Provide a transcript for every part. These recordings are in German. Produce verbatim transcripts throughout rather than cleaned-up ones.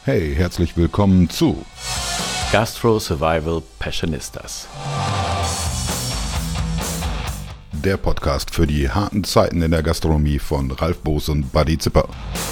Hey, herzlich willkommen zu Gastro Survival Passionistas. Der Podcast für die harten Zeiten in der Gastronomie von Ralf Boos und Buddy Zipper.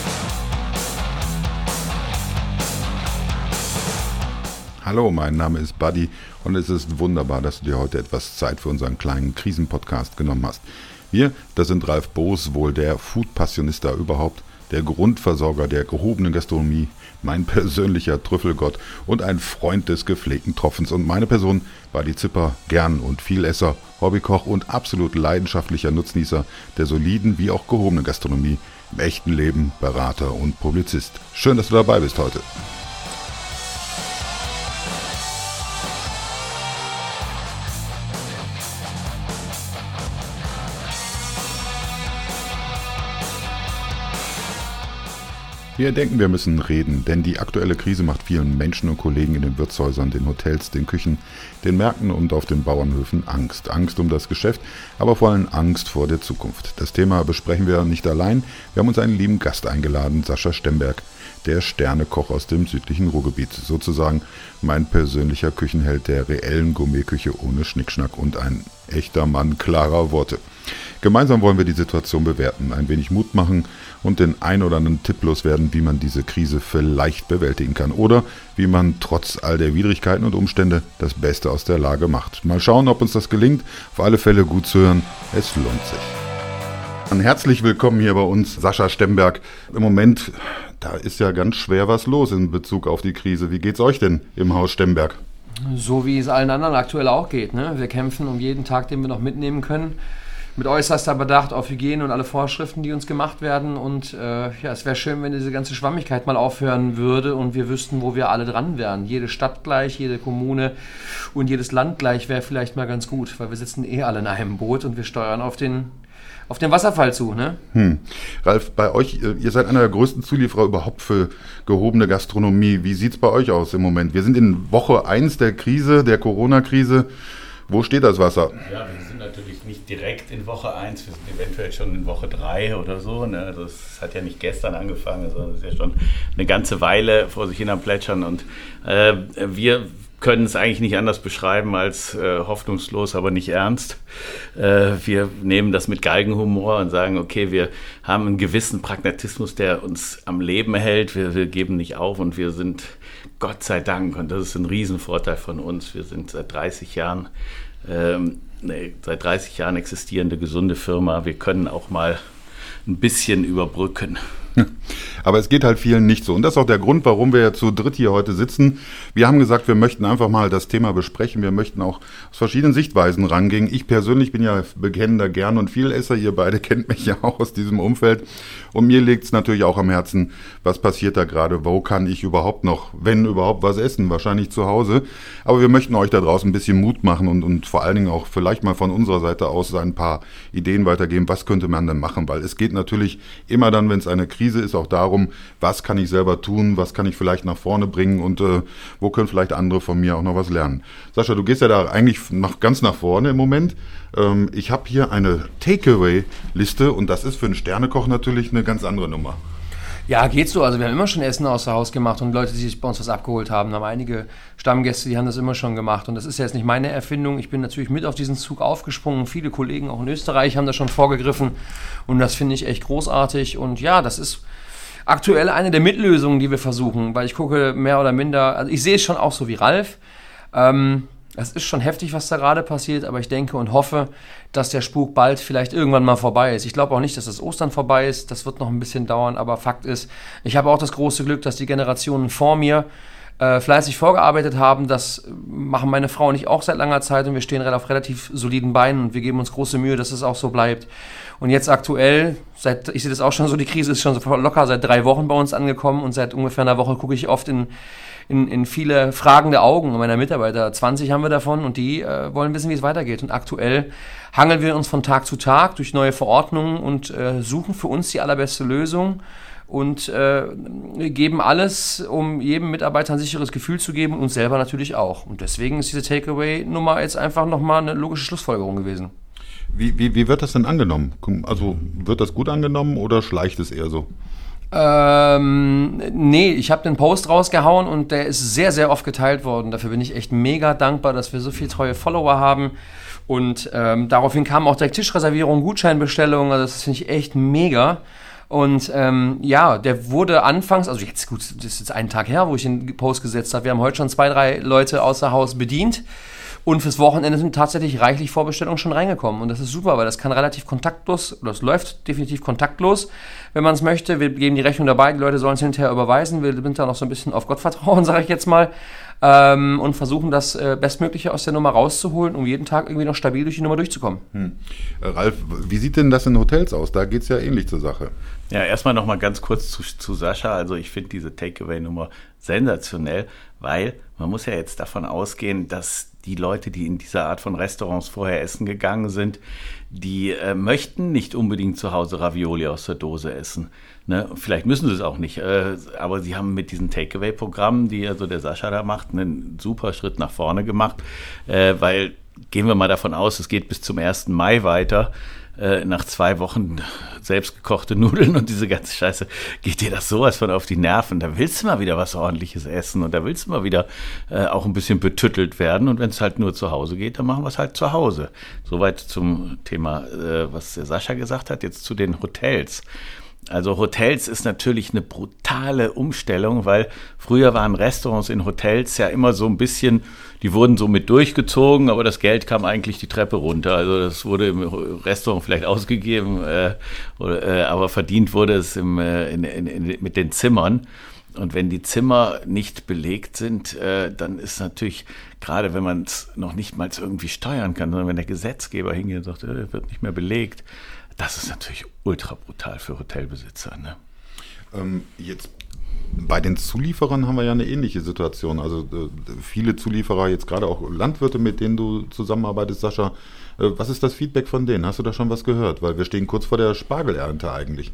Hallo, mein Name ist Buddy und es ist wunderbar, dass du dir heute etwas Zeit für unseren kleinen Krisenpodcast genommen hast. Wir, das sind Ralf Boos, wohl der Food-Passionista überhaupt, der Grundversorger der gehobenen Gastronomie, mein persönlicher Trüffelgott und ein Freund des gepflegten Tropfens und meine Person, Buddy Zipper, gern und Vielesser, Hobbykoch und absolut leidenschaftlicher Nutznießer der soliden wie auch gehobenen Gastronomie, im echten Leben Berater und Publizist. Schön, dass du dabei bist heute. Wir denken, wir müssen reden, denn die aktuelle Krise macht vielen Menschen und Kollegen in den Wirtshäusern, den Hotels, den Küchen, den Märkten und auf den Bauernhöfen Angst. Angst um das Geschäft, aber vor allem Angst vor der Zukunft. Das Thema besprechen wir nicht allein. Wir haben uns einen lieben Gast eingeladen, Sascha Stemberg, der Sternekoch aus dem südlichen Ruhrgebiet. Sozusagen mein persönlicher Küchenheld der reellen Gourmetküche ohne Schnickschnack und ein echter Mann klarer Worte. Gemeinsam wollen wir die Situation bewerten, ein wenig Mut machen und den ein oder anderen Tipp loswerden, wie man diese Krise vielleicht bewältigen kann oder wie man trotz all der Widrigkeiten und Umstände das Beste aus der Lage macht. Mal schauen, ob uns das gelingt. Auf alle Fälle gut zu hören, es lohnt sich. Und herzlich willkommen hier bei uns, Sascha Stemberg. Im Moment, da ist ja ganz schwer was los in Bezug auf die Krise. Wie geht's euch denn im Haus Stemberg? So wie es allen anderen aktuell auch geht. Ne? Wir kämpfen um jeden Tag, den wir noch mitnehmen können. Mit äußerster Bedacht auf Hygiene und alle Vorschriften, die uns gemacht werden. Und äh, ja, es wäre schön, wenn diese ganze Schwammigkeit mal aufhören würde und wir wüssten, wo wir alle dran wären. Jede Stadt gleich, jede Kommune und jedes Land gleich wäre vielleicht mal ganz gut, weil wir sitzen eh alle in einem Boot und wir steuern auf den, auf den Wasserfall zu. Ne? Hm. Ralf, bei euch, ihr seid einer der größten Zulieferer überhaupt für gehobene Gastronomie. Wie sieht es bei euch aus im Moment? Wir sind in Woche eins der Krise, der Corona-Krise. Wo steht das Wasser? Ja, wir sind natürlich nicht direkt in Woche eins, wir sind eventuell schon in Woche drei oder so. Ne? Das hat ja nicht gestern angefangen, sondern das ist ja schon eine ganze Weile vor sich hin am Plätschern. Und äh, wir können es eigentlich nicht anders beschreiben als äh, hoffnungslos, aber nicht ernst. Äh, wir nehmen das mit Galgenhumor und sagen, okay, wir haben einen gewissen Pragmatismus, der uns am Leben hält. Wir, wir geben nicht auf und wir sind Gott sei Dank, und das ist ein Riesenvorteil von uns, wir sind seit dreißig Jahren, ähm, nee, seit dreißig Jahren existierende gesunde Firma. Wir können auch mal ein bisschen überbrücken. Aber es geht halt vielen nicht so. Und das ist auch der Grund, warum wir zu dritt hier heute sitzen. Wir haben gesagt, wir möchten einfach mal das Thema besprechen. Wir möchten auch aus verschiedenen Sichtweisen rangehen. Ich persönlich bin ja bekennender Gern- und Vielesser. Ihr beide kennt mich ja auch aus diesem Umfeld. Und mir liegt es natürlich auch am Herzen, was passiert da gerade? Wo kann ich überhaupt noch, wenn überhaupt, was essen? Wahrscheinlich zu Hause. Aber wir möchten euch da draußen ein bisschen Mut machen und, und vor allen Dingen auch vielleicht mal von unserer Seite aus ein paar Ideen weitergeben. Was könnte man denn machen? Weil es geht natürlich immer dann, wenn es eine Krise ist, auch darum, was kann ich selber tun, was kann ich vielleicht nach vorne bringen und äh, wo können vielleicht andere von mir auch noch was lernen. Sascha, du gehst ja da eigentlich nach, ganz nach vorne im Moment. Ähm, ich habe hier eine Takeaway-Liste und das ist für einen Sternekoch natürlich eine ganz andere Nummer. Ja, geht so. Also wir haben immer schon Essen außer Haus gemacht und Leute, die sich bei uns was abgeholt haben, haben einige Stammgäste, die haben das immer schon gemacht. Und das ist ja jetzt nicht meine Erfindung. Ich bin natürlich mit auf diesen Zug aufgesprungen. Viele Kollegen auch in Österreich haben da schon vorgegriffen. Und das finde ich echt großartig. Und ja, das ist aktuell eine der Mitlösungen, die wir versuchen. Weil ich gucke mehr oder minder, also ich sehe es schon auch so wie Ralf. Ähm, Es ist schon heftig, was da gerade passiert, aber ich denke und hoffe, dass der Spuk bald vielleicht irgendwann mal vorbei ist. Ich glaube auch nicht, dass das Ostern vorbei ist, das wird noch ein bisschen dauern, aber Fakt ist, ich habe auch das große Glück, dass die Generationen vor mir äh, fleißig vorgearbeitet haben. Das machen meine Frau und ich auch seit langer Zeit und wir stehen auf relativ soliden Beinen und wir geben uns große Mühe, dass es auch so bleibt. Und jetzt aktuell, seit ich sehe das auch schon so, die Krise ist schon so locker seit drei Wochen bei uns angekommen und seit ungefähr einer Woche gucke ich oft in In, in viele fragende Augen meiner Mitarbeiter. zwanzig haben wir davon und die äh, wollen wissen, wie es weitergeht. Und aktuell hangeln wir uns von Tag zu Tag durch neue Verordnungen und äh, suchen für uns die allerbeste Lösung und äh, geben alles, um jedem Mitarbeiter ein sicheres Gefühl zu geben und uns selber natürlich auch. Und deswegen ist diese Takeaway-Nummer jetzt einfach nochmal eine logische Schlussfolgerung gewesen. Wie, wie, wie wird das denn angenommen? Also wird das gut angenommen oder schleicht es eher so? Ähm, nee, ich habe den Post rausgehauen und der ist sehr, sehr oft geteilt worden. Dafür bin ich echt mega dankbar, dass wir so viele treue Follower haben. Und ähm, daraufhin kamen auch direkt Tischreservierungen, Gutscheinbestellungen. Also das finde ich echt mega. Und ähm, ja, der wurde anfangs, also jetzt gut, das ist jetzt ein Tag her, wo ich den Post gesetzt habe. Wir haben heute schon zwei, drei Leute außer Haus bedient. Und fürs Wochenende sind tatsächlich reichlich Vorbestellungen schon reingekommen. Und das ist super, weil das kann relativ kontaktlos, oder es läuft definitiv kontaktlos, wenn man es möchte. Wir geben die Rechnung dabei, die Leute sollen es hinterher überweisen. Wir sind da noch so ein bisschen auf Gott vertrauen, sage ich jetzt mal. Ähm, und versuchen das äh, Bestmögliche aus der Nummer rauszuholen, um jeden Tag irgendwie noch stabil durch die Nummer durchzukommen. Hm. Äh, Ralf, wie sieht denn das in Hotels aus? Da geht es ja ähnlich zur Sache. Ja, erstmal noch mal ganz kurz zu, zu Sascha. Also ich finde diese Takeaway-Nummer sensationell, weil man muss ja jetzt davon ausgehen, dass die Leute, die in dieser Art von Restaurants vorher essen gegangen sind, die äh, möchten nicht unbedingt zu Hause Ravioli aus der Dose essen. Ne? Vielleicht müssen sie es auch nicht, äh, aber sie haben mit diesen Takeaway-Programmen, die also der Sascha da macht, einen super Schritt nach vorne gemacht, äh, weil, gehen wir mal davon aus, es geht bis zum ersten Mai weiter. Äh, nach zwei Wochen selbstgekochte Nudeln und diese ganze Scheiße, geht dir das sowas von auf die Nerven. Da willst du mal wieder was Ordentliches essen und da willst du mal wieder äh, auch ein bisschen betüttelt werden. Und wenn es halt nur zu Hause geht, dann machen wir es halt zu Hause. Soweit zum Thema, äh, was der Sascha gesagt hat, jetzt zu den Hotels. Also Hotels ist natürlich eine brutale Umstellung, weil früher waren Restaurants in Hotels ja immer so ein bisschen, die wurden so mit durchgezogen, aber das Geld kam eigentlich die Treppe runter. Also das wurde im Restaurant vielleicht ausgegeben, äh, oder, äh, aber verdient wurde es im, äh, in, in, in, mit den Zimmern. Und wenn die Zimmer nicht belegt sind, äh, dann ist natürlich, gerade wenn man es noch nicht mal irgendwie steuern kann, sondern wenn der Gesetzgeber hingeht und sagt, äh, wird nicht mehr belegt, das ist natürlich ultra brutal für Hotelbesitzer. Ne? Ähm, jetzt bei den Zulieferern haben wir ja eine ähnliche Situation. Also äh, viele Zulieferer, jetzt gerade auch Landwirte, mit denen du zusammenarbeitest, Sascha. Äh, was ist das Feedback von denen? Hast du da schon was gehört? Weil wir stehen kurz vor der Spargelernte eigentlich.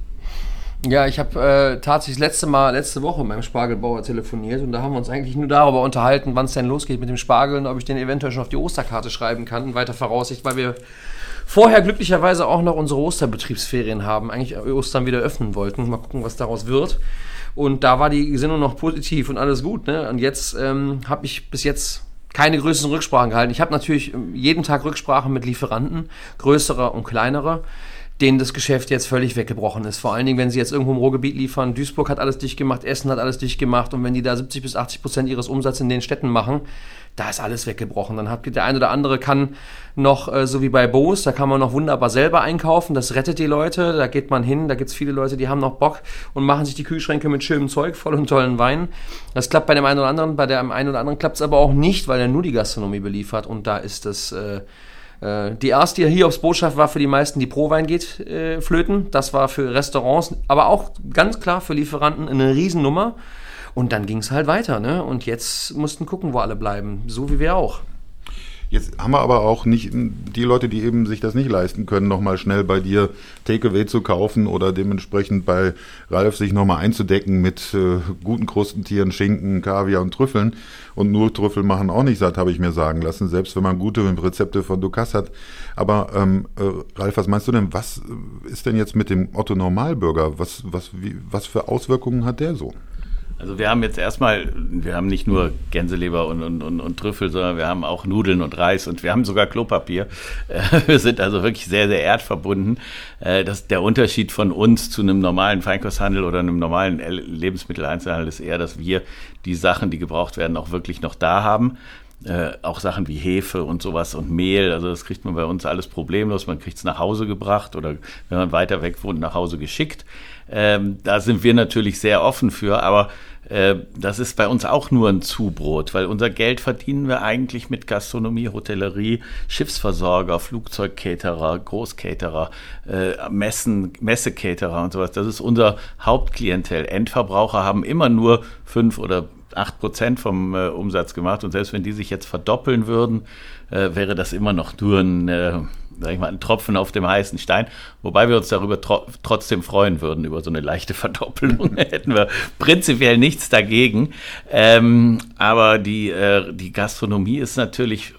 Ja, ich habe äh, tatsächlich das letzte Mal, letzte Woche mit meinem Spargelbauer telefoniert und da haben wir uns eigentlich nur darüber unterhalten, wann es denn losgeht mit dem Spargel und ob ich den eventuell schon auf die Osterkarte schreiben kann, in weiter Voraussicht, weil wir vorher glücklicherweise auch noch unsere Osterbetriebsferien haben, eigentlich Ostern wieder öffnen wollten. Mal gucken, was daraus wird. Und da war die Gesinnung noch positiv und alles gut. Ne? Und jetzt ähm, habe ich bis jetzt keine größeren Rücksprachen gehalten. Ich habe natürlich jeden Tag Rücksprachen mit Lieferanten, größere und kleinere, denen das Geschäft jetzt völlig weggebrochen ist. Vor allen Dingen, wenn sie jetzt irgendwo im Ruhrgebiet liefern. Duisburg hat alles dicht gemacht, Essen hat alles dicht gemacht. Und wenn die da siebzig bis achtzig Prozent ihres Umsatzes in den Städten machen, da ist alles weggebrochen. Dann hat der eine oder andere kann noch, äh, so wie bei Bose, da kann man noch wunderbar selber einkaufen. Das rettet die Leute. Da geht man hin, da gibt es viele Leute, die haben noch Bock und machen sich die Kühlschränke mit schönem Zeug voll und tollen Wein. Das klappt bei dem einen oder anderen, bei dem einen oder anderen klappt es aber auch nicht, weil er nur die Gastronomie beliefert. Und da ist das... Äh, Die erste Hiobs-Botschaft war für die meisten, die pro Wein geht, äh, flöten. Das war für Restaurants, aber auch ganz klar für Lieferanten eine Riesennummer. Und dann ging es halt weiter, ne? Und jetzt mussten gucken, wo alle bleiben. So wie wir auch. Jetzt haben wir aber auch nicht die Leute, die eben sich das nicht leisten können, nochmal schnell bei dir Takeaway zu kaufen oder dementsprechend bei Ralf sich nochmal einzudecken mit äh, guten Krustentieren, Schinken, Kaviar und Trüffeln. Und nur Trüffel machen auch nicht satt, habe ich mir sagen lassen, selbst wenn man gute Rezepte von Ducasse hat. Aber ähm, äh, Ralf, was meinst du denn, was ist denn jetzt mit dem Otto-Normalbürger? Was, was, wie, was für Auswirkungen hat der so? Also wir haben jetzt erstmal, wir haben nicht nur Gänseleber und, und, und, und Trüffel, sondern wir haben auch Nudeln und Reis und wir haben sogar Klopapier. Wir sind also wirklich sehr, sehr erdverbunden. Das, der Unterschied von uns zu einem normalen Feinkosthandel oder einem normalen Lebensmitteleinzelhandel ist eher, dass wir die Sachen, die gebraucht werden, auch wirklich noch da haben. Äh, auch Sachen wie Hefe und sowas und Mehl, also das kriegt man bei uns alles problemlos, man kriegt es nach Hause gebracht oder wenn man weiter weg wohnt, nach Hause geschickt. Ähm, da sind wir natürlich sehr offen für, aber äh, das ist bei uns auch nur ein Zubrot, weil unser Geld verdienen wir eigentlich mit Gastronomie, Hotellerie, Schiffsversorger, Flugzeugcaterer, Großcaterer, äh, Messen, Messecaterer und sowas. Das ist unser Hauptklientel. Endverbraucher haben immer nur fünf oder acht Prozent vom äh, Umsatz gemacht und selbst wenn die sich jetzt verdoppeln würden, äh, wäre das immer noch nur ein, äh, sag ich mal, ein Tropfen auf dem heißen Stein, wobei wir uns darüber tro- trotzdem freuen würden, über so eine leichte Verdoppelung, hätten wir prinzipiell nichts dagegen, ähm, aber die, äh, die Gastronomie ist natürlich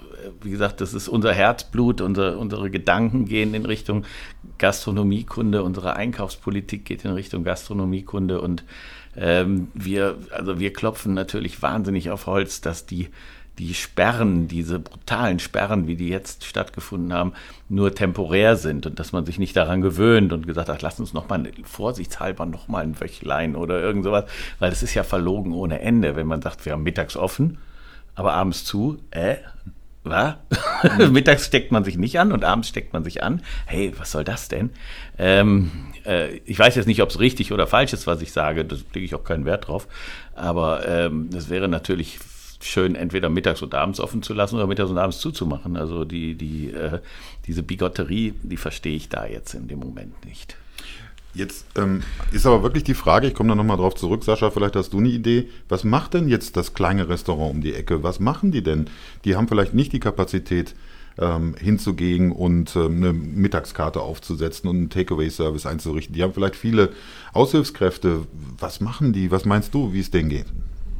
wie gesagt, das ist unser Herzblut, unser, unsere Gedanken gehen in Richtung Gastronomiekunde, unsere Einkaufspolitik geht in Richtung Gastronomiekunde und ähm, wir, also wir klopfen natürlich wahnsinnig auf Holz, dass die die Sperren, diese brutalen Sperren, wie die jetzt stattgefunden haben, nur temporär sind und dass man sich nicht daran gewöhnt und gesagt hat, lass uns noch mal vorsichtshalber noch mal ein Wöchlein oder irgend sowas, weil das ist ja verlogen ohne Ende, wenn man sagt, wir haben mittags offen, aber abends zu, äh, was? Mittags steckt man sich nicht an und abends steckt man sich an. Hey, was soll das denn? Ähm, äh, ich weiß jetzt nicht, ob es richtig oder falsch ist, was ich sage, da lege ich auch keinen Wert drauf, aber ähm, das wäre natürlich schön, entweder mittags und abends offen zu lassen oder mittags und abends zuzumachen. Also die, die, äh, diese Bigotterie, die verstehe ich da jetzt in dem Moment nicht. Jetzt ähm, ist aber wirklich die Frage, ich komme da nochmal drauf zurück, Sascha, vielleicht hast du eine Idee, was macht denn jetzt das kleine Restaurant um die Ecke? Was machen die denn? Die haben vielleicht nicht die Kapazität, ähm, hinzugehen und ähm, eine Mittagskarte aufzusetzen und einen Takeaway-Service einzurichten. Die haben vielleicht viele Aushilfskräfte. Was machen die? Was meinst du, wie es denen geht?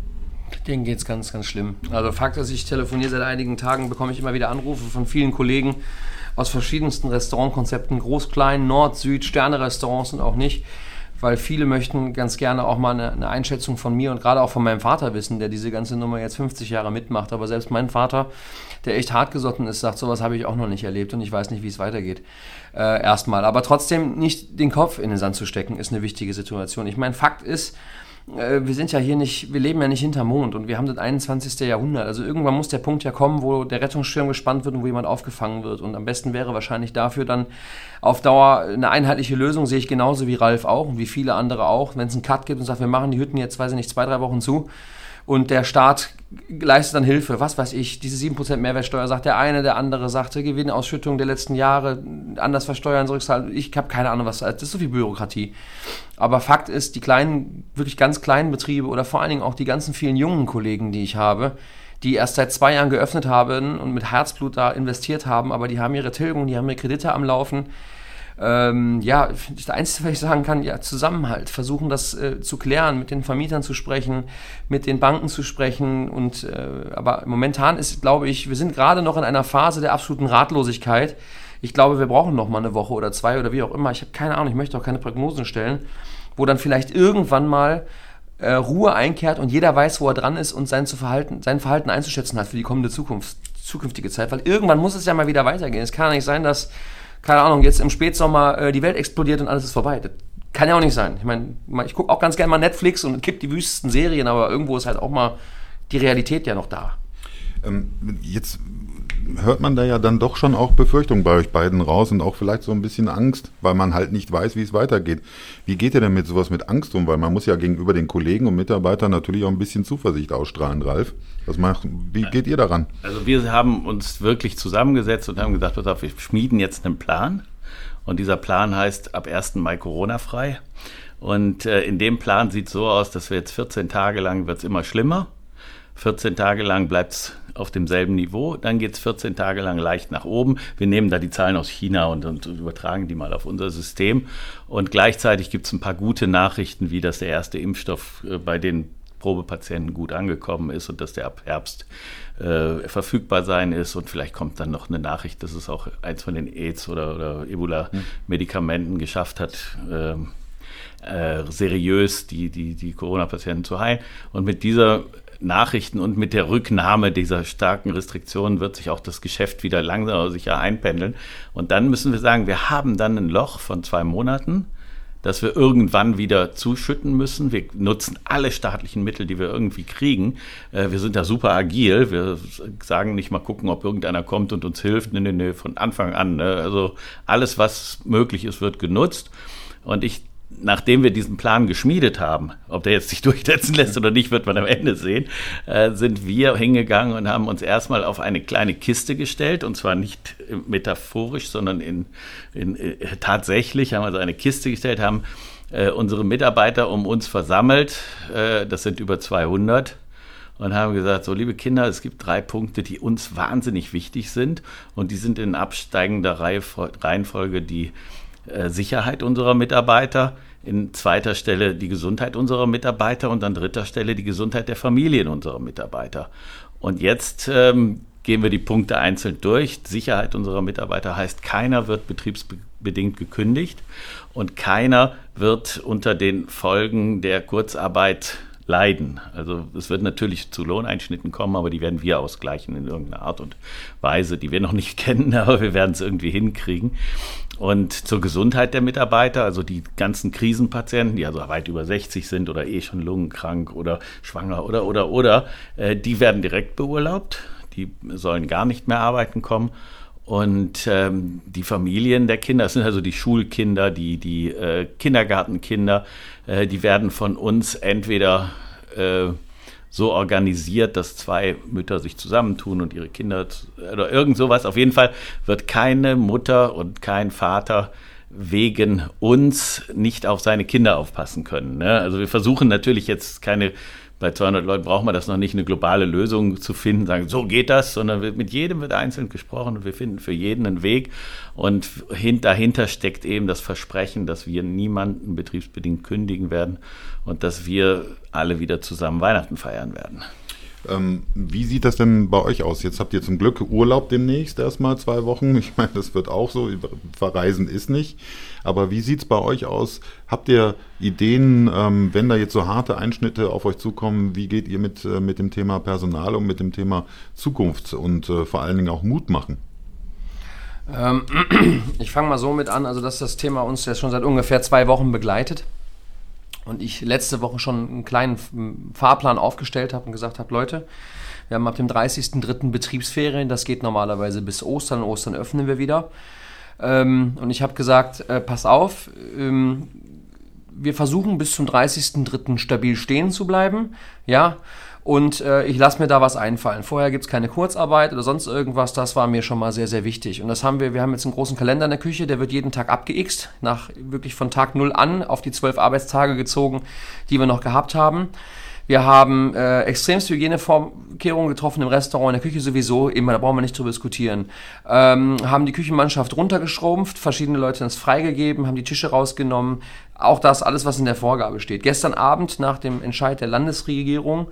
Denen geht es ganz, ganz schlimm. Also Fakt ist, ich telefoniere seit einigen Tagen, bekomme ich immer wieder Anrufe von vielen Kollegen aus verschiedensten Restaurantkonzepten, Groß, Klein, Nord, Süd, Sterne-Restaurants und auch nicht, weil viele möchten ganz gerne auch mal eine, eine Einschätzung von mir und gerade auch von meinem Vater wissen, der diese ganze Nummer jetzt fünfzig Jahre mitmacht. Aber selbst mein Vater, der echt hartgesotten ist, sagt, sowas habe ich auch noch nicht erlebt und ich weiß nicht, wie es weitergeht. Äh, erstmal. Aber trotzdem nicht den Kopf in den Sand zu stecken, ist eine wichtige Situation. Ich meine, Fakt ist, wir sind ja hier nicht, wir leben ja nicht hinterm Mond und wir haben das einundzwanzigste Jahrhundert. Also irgendwann muss der Punkt ja kommen, wo der Rettungsschirm gespannt wird und wo jemand aufgefangen wird. Und am besten wäre wahrscheinlich dafür dann auf Dauer eine einheitliche Lösung, sehe ich genauso wie Ralf auch und wie viele andere auch. Wenn es einen Cut gibt und sagt, wir machen die Hütten jetzt, weiß ich nicht, zwei, drei Wochen zu und der Staat leistet dann Hilfe, was weiß ich, diese sieben Prozent Mehrwertsteuer, sagt der eine, der andere sagt, Gewinnausschüttung der letzten Jahre, anders versteuern, zurückzahlen. Ich habe keine Ahnung, was das ist, das ist so viel Bürokratie. Aber Fakt ist, die kleinen, wirklich ganz kleinen Betriebe oder vor allen Dingen auch die ganzen vielen jungen Kollegen, die ich habe, die erst seit zwei Jahren geöffnet haben und mit Herzblut da investiert haben, aber die haben ihre Tilgung, die haben ihre Kredite am Laufen. Ähm, ja, das Einzige, was ich sagen kann, ja, Zusammenhalt, versuchen das äh, zu klären, mit den Vermietern zu sprechen, mit den Banken zu sprechen und äh, aber momentan ist, glaube ich, wir sind gerade noch in einer Phase der absoluten Ratlosigkeit. Ich glaube, wir brauchen noch mal eine Woche oder zwei oder wie auch immer, ich habe keine Ahnung, ich möchte auch keine Prognosen stellen, wo dann vielleicht irgendwann mal äh, Ruhe einkehrt und jeder weiß, wo er dran ist und sein, zu Verhalten, sein Verhalten einzuschätzen hat für die kommende Zukunft, zukünftige Zeit, weil irgendwann muss es ja mal wieder weitergehen. Es kann ja nicht sein, dass keine Ahnung, jetzt im Spätsommer äh, die Welt explodiert und alles ist vorbei. Das kann ja auch nicht sein. Ich meine, ich gucke auch ganz gerne mal Netflix und kipp die wüstesten Serien, aber irgendwo ist halt auch mal die Realität ja noch da. Ähm, jetzt hört man da ja dann doch schon auch Befürchtungen bei euch beiden raus und auch vielleicht so ein bisschen Angst, weil man halt nicht weiß, wie es weitergeht. Wie geht ihr denn mit sowas mit Angst um? Weil man muss ja gegenüber den Kollegen und Mitarbeitern natürlich auch ein bisschen Zuversicht ausstrahlen, Ralf. Was macht, wie geht ihr daran? Also wir haben uns wirklich zusammengesetzt und haben gesagt, pass auf, wir schmieden jetzt einen Plan. Und dieser Plan heißt ab ersten Mai Corona-frei. Und äh, in dem Plan sieht es so aus, dass wir jetzt vierzehn Tage lang wird es immer schlimmer. vierzehn Tage lang bleibt es auf demselben Niveau, dann geht es vierzehn Tage lang leicht nach oben. Wir nehmen da die Zahlen aus China und, und übertragen die mal auf unser System. Und gleichzeitig gibt es ein paar gute Nachrichten, wie dass der erste Impfstoff äh, bei den Probepatienten gut angekommen ist und dass der ab Herbst äh, verfügbar sein ist. Und vielleicht kommt dann noch eine Nachricht, dass es auch eins von den AIDS- oder, oder Ebola-Medikamenten geschafft hat, äh, äh, seriös die, die, die Corona-Patienten zu heilen. Und mit dieser Nachrichten und mit der Rücknahme dieser starken Restriktionen wird sich auch das Geschäft wieder langsam aber sicher einpendeln. Und dann müssen wir sagen, wir haben dann ein Loch von zwei Monaten, das wir irgendwann wieder zuschütten müssen. Wir nutzen alle staatlichen Mittel, die wir irgendwie kriegen. Wir sind da super agil. Wir sagen nicht mal gucken, ob irgendeiner kommt und uns hilft. Nee, nee, nee, von Anfang an. Ne? Also alles, was möglich ist, wird genutzt. Und ich Nachdem wir diesen Plan geschmiedet haben, ob der jetzt sich durchsetzen lässt oder nicht, wird man am Ende sehen, äh, sind wir hingegangen und haben uns erstmal auf eine kleine Kiste gestellt, und zwar nicht metaphorisch, sondern in, in, in tatsächlich haben wir also eine Kiste gestellt, haben äh, unsere Mitarbeiter um uns versammelt, äh, das sind über zweihundert, und haben gesagt, so liebe Kinder, es gibt drei Punkte, die uns wahnsinnig wichtig sind, und die sind in absteigender Reihenfolge die Sicherheit unserer Mitarbeiter, in zweiter Stelle die Gesundheit unserer Mitarbeiter und an dritter Stelle die Gesundheit der Familien unserer Mitarbeiter. Und jetzt ähm, gehen wir die Punkte einzeln durch. Sicherheit unserer Mitarbeiter heißt, keiner wird betriebsbedingt gekündigt und keiner wird unter den Folgen der Kurzarbeit leiden. Also es wird natürlich zu Lohneinschnitten kommen, aber die werden wir ausgleichen in irgendeiner Art und Weise, die wir noch nicht kennen, aber wir werden es irgendwie hinkriegen. Und zur Gesundheit der Mitarbeiter, also die ganzen Krisenpatienten, die also weit über sechzig sind oder eh schon lungenkrank oder schwanger oder, oder, oder, äh, die werden direkt beurlaubt. Die sollen gar nicht mehr arbeiten kommen. Und ähm, die Familien der Kinder, das sind also die Schulkinder, die, die äh, Kindergartenkinder, äh, die werden von uns entweder äh, so organisiert, dass zwei Mütter sich zusammentun und ihre Kinder oder irgend sowas. Auf jeden Fall wird keine Mutter und kein Vater wegen uns nicht auf seine Kinder aufpassen können. Ne? Also wir versuchen natürlich jetzt keine, bei zweihundert Leuten braucht man das noch nicht, eine globale Lösung zu finden, sagen, so geht das, sondern mit jedem wird einzeln gesprochen und wir finden für jeden einen Weg. Und dahinter steckt eben das Versprechen, dass wir niemanden betriebsbedingt kündigen werden und dass wir alle wieder zusammen Weihnachten feiern werden. Ähm, wie sieht das denn bei euch aus? Jetzt habt ihr zum Glück Urlaub demnächst erstmal zwei Wochen. Ich meine, das wird auch so, verreisen ist nicht. Aber wie sieht es bei euch aus? Habt ihr Ideen, ähm, wenn da jetzt so harte Einschnitte auf euch zukommen, wie geht ihr mit, äh, mit dem Thema Personal und mit dem Thema Zukunft und äh, vor allen Dingen auch Mut machen? Ähm, ich fange mal so mit an, also dass das Thema uns jetzt schon seit ungefähr zwei Wochen begleitet. Und ich letzte Woche schon einen kleinen Fahrplan aufgestellt habe und gesagt habe, Leute, wir haben ab dem dreißigsten dritten Betriebsferien, das geht normalerweise bis Ostern, Ostern öffnen wir wieder. Ähm, und ich habe gesagt, äh, pass auf, ähm, wir versuchen bis zum dreißigsten dritten stabil stehen zu bleiben, ja, und äh, ich lasse mir da was einfallen. Vorher gibt es keine Kurzarbeit oder sonst irgendwas, das war mir schon mal sehr, sehr wichtig. Und das haben wir, wir haben jetzt einen großen Kalender in der Küche, der wird jeden Tag abgeixt, nach wirklich von Tag null an auf die zwölf Arbeitstage gezogen, die wir noch gehabt haben. Wir haben äh, extremste Hygienevorkehrungen getroffen im Restaurant, in der Küche sowieso, immer, da brauchen wir nicht drüber diskutieren. Ähm, haben die Küchenmannschaft runtergeschrumpft, verschiedene Leute haben es freigegeben, haben die Tische rausgenommen. Auch das, alles, was in der Vorgabe steht. Gestern Abend nach dem Entscheid der Landesregierung,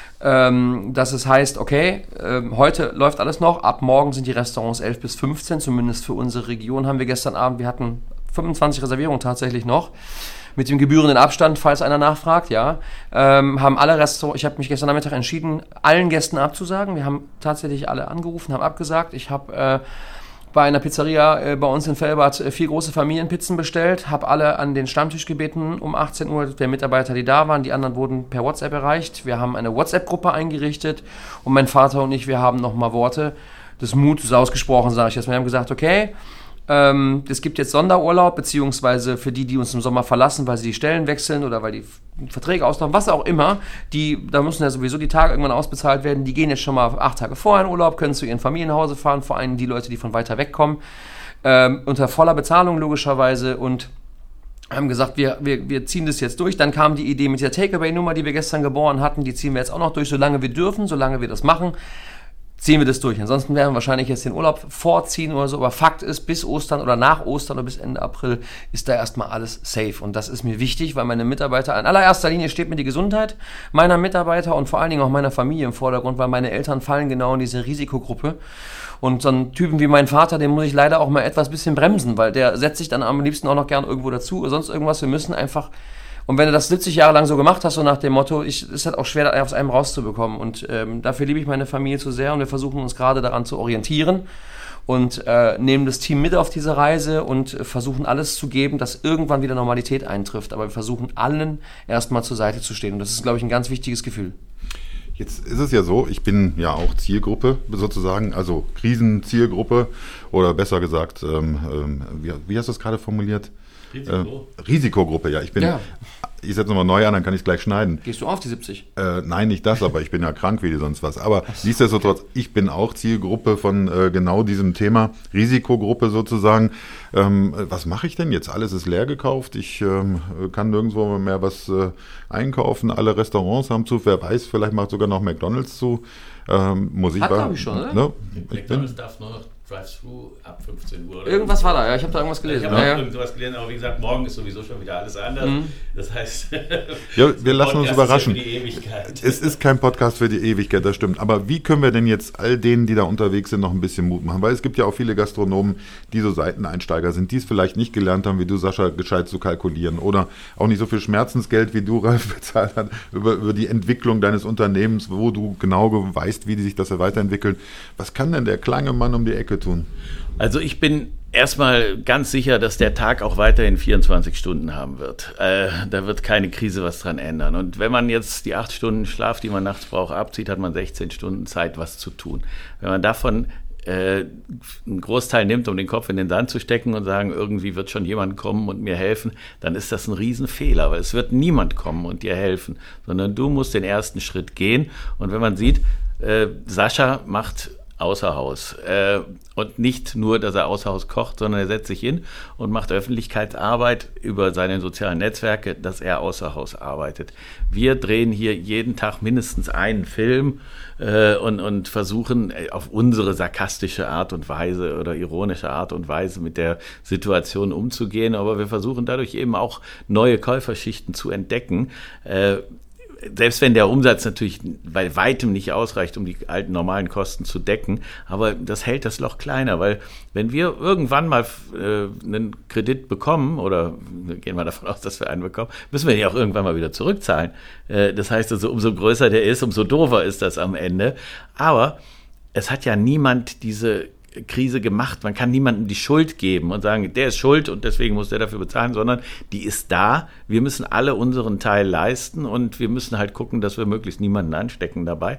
ähm, dass es heißt, okay, äh, heute läuft alles noch, ab morgen sind die Restaurants elf bis fünfzehn, zumindest für unsere Region haben wir gestern Abend, wir hatten fünfundzwanzig Reservierungen tatsächlich noch, mit dem gebührenden Abstand, falls einer nachfragt, ja, ähm, haben alle Restaurants, ich habe mich gestern Nachmittag entschieden, allen Gästen abzusagen, wir haben tatsächlich alle angerufen, haben abgesagt, ich habe äh, bei einer Pizzeria äh, bei uns in Velbert äh, vier große Familienpizzen bestellt, habe alle an den Stammtisch gebeten um achtzehn Uhr, der Mitarbeiter, die da waren, die anderen wurden per WhatsApp erreicht, wir haben eine WhatsApp-Gruppe eingerichtet und mein Vater und ich, wir haben nochmal Worte des Mutes ausgesprochen, sage ich jetzt mal, wir haben gesagt, okay, Ähm, es gibt jetzt Sonderurlaub, beziehungsweise für die, die uns im Sommer verlassen, weil sie die Stellen wechseln oder weil die Verträge auslaufen, was auch immer, die, da müssen ja sowieso die Tage irgendwann ausbezahlt werden, die gehen jetzt schon mal acht Tage vorher in Urlaub, können zu ihren Familien nach Hause fahren, vor allem die Leute, die von weiter weg kommen, ähm, unter voller Bezahlung logischerweise und haben gesagt, wir, wir, wir ziehen das jetzt durch. Dann kam die Idee mit der Takeaway-Nummer, die wir gestern geboren hatten, die ziehen wir jetzt auch noch durch, solange wir dürfen, solange wir das machen. Ziehen wir das durch. Ansonsten werden wir wahrscheinlich jetzt den Urlaub vorziehen oder so, aber Fakt ist, bis Ostern oder nach Ostern oder bis Ende April ist da erstmal alles safe. Und das ist mir wichtig, weil meine Mitarbeiter, in allererster Linie steht mir die Gesundheit meiner Mitarbeiter und vor allen Dingen auch meiner Familie im Vordergrund, weil meine Eltern fallen genau in diese Risikogruppe. Und so einen Typen wie mein Vater, den muss ich leider auch mal etwas bisschen bremsen, weil der setzt sich dann am liebsten auch noch gern irgendwo dazu oder sonst irgendwas. Wir müssen einfach... Und wenn du das siebzig Jahre lang so gemacht hast, so nach dem Motto, ich, ist halt auch schwer, das aus einem rauszubekommen. Und ähm, dafür liebe ich meine Familie zu sehr und wir versuchen uns gerade daran zu orientieren und äh, nehmen das Team mit auf diese Reise und äh, versuchen alles zu geben, dass irgendwann wieder Normalität eintrifft. Aber wir versuchen allen erstmal zur Seite zu stehen. Und das ist, glaube ich, ein ganz wichtiges Gefühl. Jetzt ist es ja so, ich bin ja auch Zielgruppe sozusagen, also Krisenzielgruppe oder besser gesagt, ähm, ähm, wie, wie hast du es gerade formuliert? Risiko. Äh, Risikogruppe, ja. Ich bin, ja. Ich setze nochmal neu an, dann kann ich es gleich schneiden. Gehst du auf die siebzig? Äh, nein, nicht das, aber ich bin ja krank wie sonst was. Aber nichtsdestotrotz, ich bin auch Zielgruppe von äh, genau diesem Thema, Risikogruppe sozusagen. Ähm, was mache ich denn jetzt? Alles ist leer gekauft, ich ähm, kann nirgendwo mehr was äh, einkaufen, alle Restaurants haben zu, wer weiß, vielleicht macht sogar noch McDonald's zu. Ähm, muss ich Hat, bei, glaube ich schon, oder? Ne? McDonald's darf nur noch Drive-Thru ab fünfzehn Uhr. Oder irgendwas war da, ja, ich habe da irgendwas gelesen. Ich habe ja, auch ja. irgendwas gelesen, aber wie gesagt, morgen ist sowieso schon wieder alles anders. Mhm. Das heißt, ja, wir lassen uns überraschen. Ist ja für die Ewigkeit. Es ist kein Podcast für die Ewigkeit, das stimmt. Aber wie können wir denn jetzt all denen, die da unterwegs sind, noch ein bisschen Mut machen? Weil es gibt ja auch viele Gastronomen, die so Seiteneinsteiger sind, die es vielleicht nicht gelernt haben, wie du, Sascha, gescheit zu kalkulieren oder auch nicht so viel Schmerzensgeld, wie du, Ralf, bezahlt hast, über, über die Entwicklung deines Unternehmens, wo du genau weißt, wie sich das weiterentwickelt. Was kann denn der kleine Mann um die Ecke tun? Also ich bin erstmal ganz sicher, dass der Tag auch weiterhin vierundzwanzig Stunden haben wird. Äh, da wird keine Krise was dran ändern. Und wenn man jetzt die acht Stunden Schlaf, die man nachts braucht, abzieht, hat man sechzehn Stunden Zeit, was zu tun. Wenn man davon äh, einen Großteil nimmt, um den Kopf in den Sand zu stecken und sagen, irgendwie wird schon jemand kommen und mir helfen, dann ist das ein Riesenfehler, weil es wird niemand kommen und dir helfen, sondern du musst den ersten Schritt gehen. Und wenn man sieht, äh, Sascha macht außer Haus. Äh, und nicht nur, dass er außer Haus kocht, sondern er setzt sich hin und macht Öffentlichkeitsarbeit über seine sozialen Netzwerke, dass er außer Haus arbeitet. Wir drehen hier jeden Tag mindestens einen Film äh, und, und versuchen auf unsere sarkastische Art und Weise oder ironische Art und Weise mit der Situation umzugehen, aber wir versuchen dadurch eben auch neue Käuferschichten zu entdecken. Äh, Selbst wenn der Umsatz natürlich bei weitem nicht ausreicht, um die alten normalen Kosten zu decken, aber das hält das Loch kleiner, weil wenn wir irgendwann mal äh, einen Kredit bekommen, oder gehen wir davon aus, dass wir einen bekommen, müssen wir den ja auch irgendwann mal wieder zurückzahlen. Äh, das heißt also, umso größer der ist, umso doofer ist das am Ende. Aber es hat ja niemand diese Krise gemacht. Man kann niemandem die Schuld geben und sagen, der ist schuld und deswegen muss der dafür bezahlen, sondern die ist da. Wir müssen alle unseren Teil leisten und wir müssen halt gucken, dass wir möglichst niemanden anstecken dabei.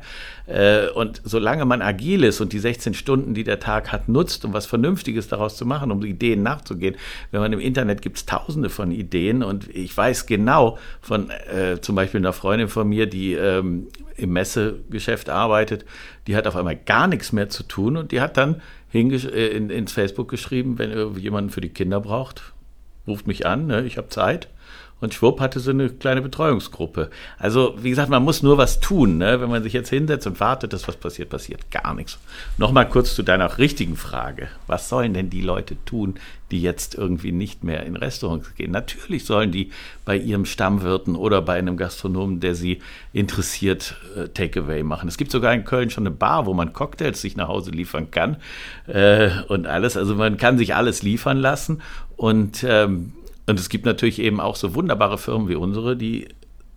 Und solange man agil ist und die sechzehn Stunden, die der Tag hat, nutzt, um was Vernünftiges daraus zu machen, um Ideen nachzugehen. Wenn man im Internet gibt es tausende von Ideen und ich weiß genau von äh, zum Beispiel einer Freundin von mir, die ähm, im Messegeschäft arbeitet, die hat auf einmal gar nichts mehr zu tun und die hat dann hingesch- äh, in, ins Facebook geschrieben, wenn irgendwie jemanden für die Kinder braucht, ruft mich an, ne, ich habe Zeit. Und schwupp hatte sie eine kleine Betreuungsgruppe. Also, wie gesagt, man muss nur was tun. Ne? Wenn man sich jetzt hinsetzt und wartet, dass was passiert, passiert gar nichts. Nochmal kurz zu deiner richtigen Frage. Was sollen denn die Leute tun, die jetzt irgendwie nicht mehr in Restaurants gehen? Natürlich sollen die bei ihrem Stammwirten oder bei einem Gastronomen, der sie interessiert, äh, Takeaway machen. Es gibt sogar in Köln schon eine Bar, wo man Cocktails sich nach Hause liefern kann äh, und alles. Also man kann sich alles liefern lassen und ähm, Und es gibt natürlich eben auch so wunderbare Firmen wie unsere, die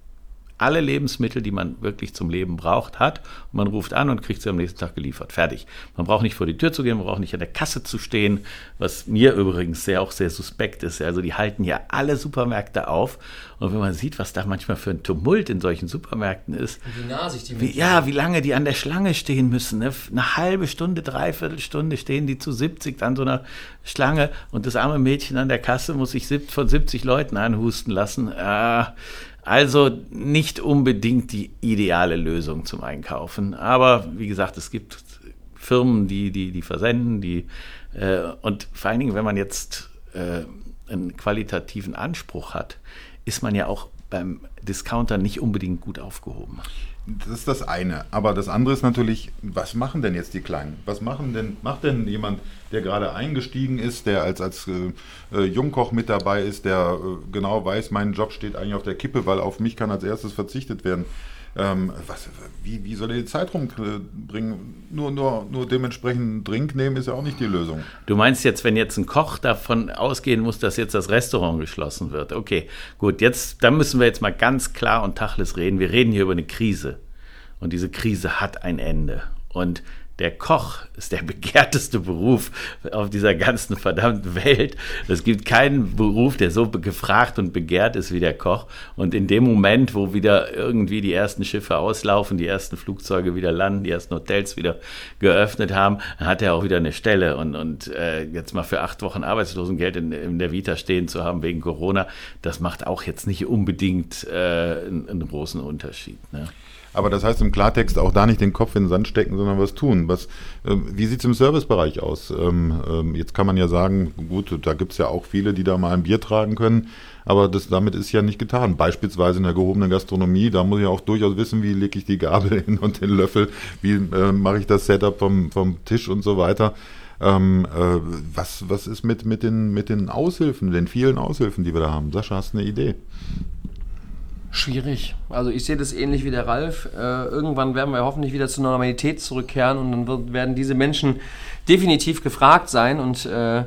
alle Lebensmittel, die man wirklich zum Leben braucht, hat. Und man ruft an und kriegt sie am nächsten Tag geliefert. Fertig. Man braucht nicht vor die Tür zu gehen, man braucht nicht an der Kasse zu stehen, was mir übrigens sehr, auch sehr suspekt ist. Also die halten ja alle Supermärkte auf. Und wenn man sieht, was da manchmal für ein Tumult in solchen Supermärkten ist, und wie nah sich die wie, ja, wie lange die an der Schlange stehen müssen. Ne? Eine halbe Stunde, dreiviertel Stunde stehen die zu siebzig an so einer Schlange und das arme Mädchen an der Kasse muss sich von siebzig Leuten anhusten lassen. Äh, Also nicht unbedingt die ideale Lösung zum Einkaufen. Aber wie gesagt, es gibt Firmen, die die, die versenden, die äh, und vor allen Dingen, wenn man jetzt äh, einen qualitativen Anspruch hat, ist man ja auch beim Discounter nicht unbedingt gut aufgehoben. Das ist das eine. Aber das andere ist natürlich, was machen denn jetzt die Kleinen? Was machen denn, macht denn jemand, der gerade eingestiegen ist, der als, als äh, Jungkoch mit dabei ist, der äh, genau weiß, mein Job steht eigentlich auf der Kippe, weil auf mich kann als erstes verzichtet werden. Ähm, was, wie, wie soll er die Zeit rumbringen? Nur, nur, nur dementsprechend einen Drink nehmen ist ja auch nicht die Lösung. Du meinst jetzt, wenn jetzt ein Koch davon ausgehen muss, dass jetzt das Restaurant geschlossen wird. Okay, gut, jetzt, dann müssen wir jetzt mal ganz klar und Tacheles reden. Wir reden hier über eine Krise. Und diese Krise hat ein Ende. Und der Koch ist der begehrteste Beruf auf dieser ganzen verdammten Welt. Es gibt keinen Beruf, der so gefragt und begehrt ist wie der Koch. Und in dem Moment, wo wieder irgendwie die ersten Schiffe auslaufen, die ersten Flugzeuge wieder landen, die ersten Hotels wieder geöffnet haben, hat er auch wieder eine Stelle. Und, und äh, jetzt mal für acht Wochen Arbeitslosengeld in, in der Vita stehen zu haben wegen Corona, das macht auch jetzt nicht unbedingt äh, einen, einen großen Unterschied, ne? Aber das heißt im Klartext auch da nicht den Kopf in den Sand stecken, sondern was tun. Was, äh, wie sieht es im Servicebereich aus? Ähm, ähm, jetzt kann man ja sagen, gut, da gibt es ja auch viele, die da mal ein Bier tragen können, aber das, damit ist ja nicht getan. Beispielsweise in der gehobenen Gastronomie, da muss ich auch durchaus wissen, wie lege ich die Gabel hin und den Löffel, wie äh, mache ich das Setup vom, vom Tisch und so weiter. Ähm, äh, was, was ist mit, mit, den, mit den Aushilfen, den vielen Aushilfen, die wir da haben? Sascha, hast du eine Idee? Schwierig. Also ich sehe das ähnlich wie der Ralf. Äh, irgendwann werden wir hoffentlich wieder zur Normalität zurückkehren und dann wird, werden diese Menschen definitiv gefragt sein und äh,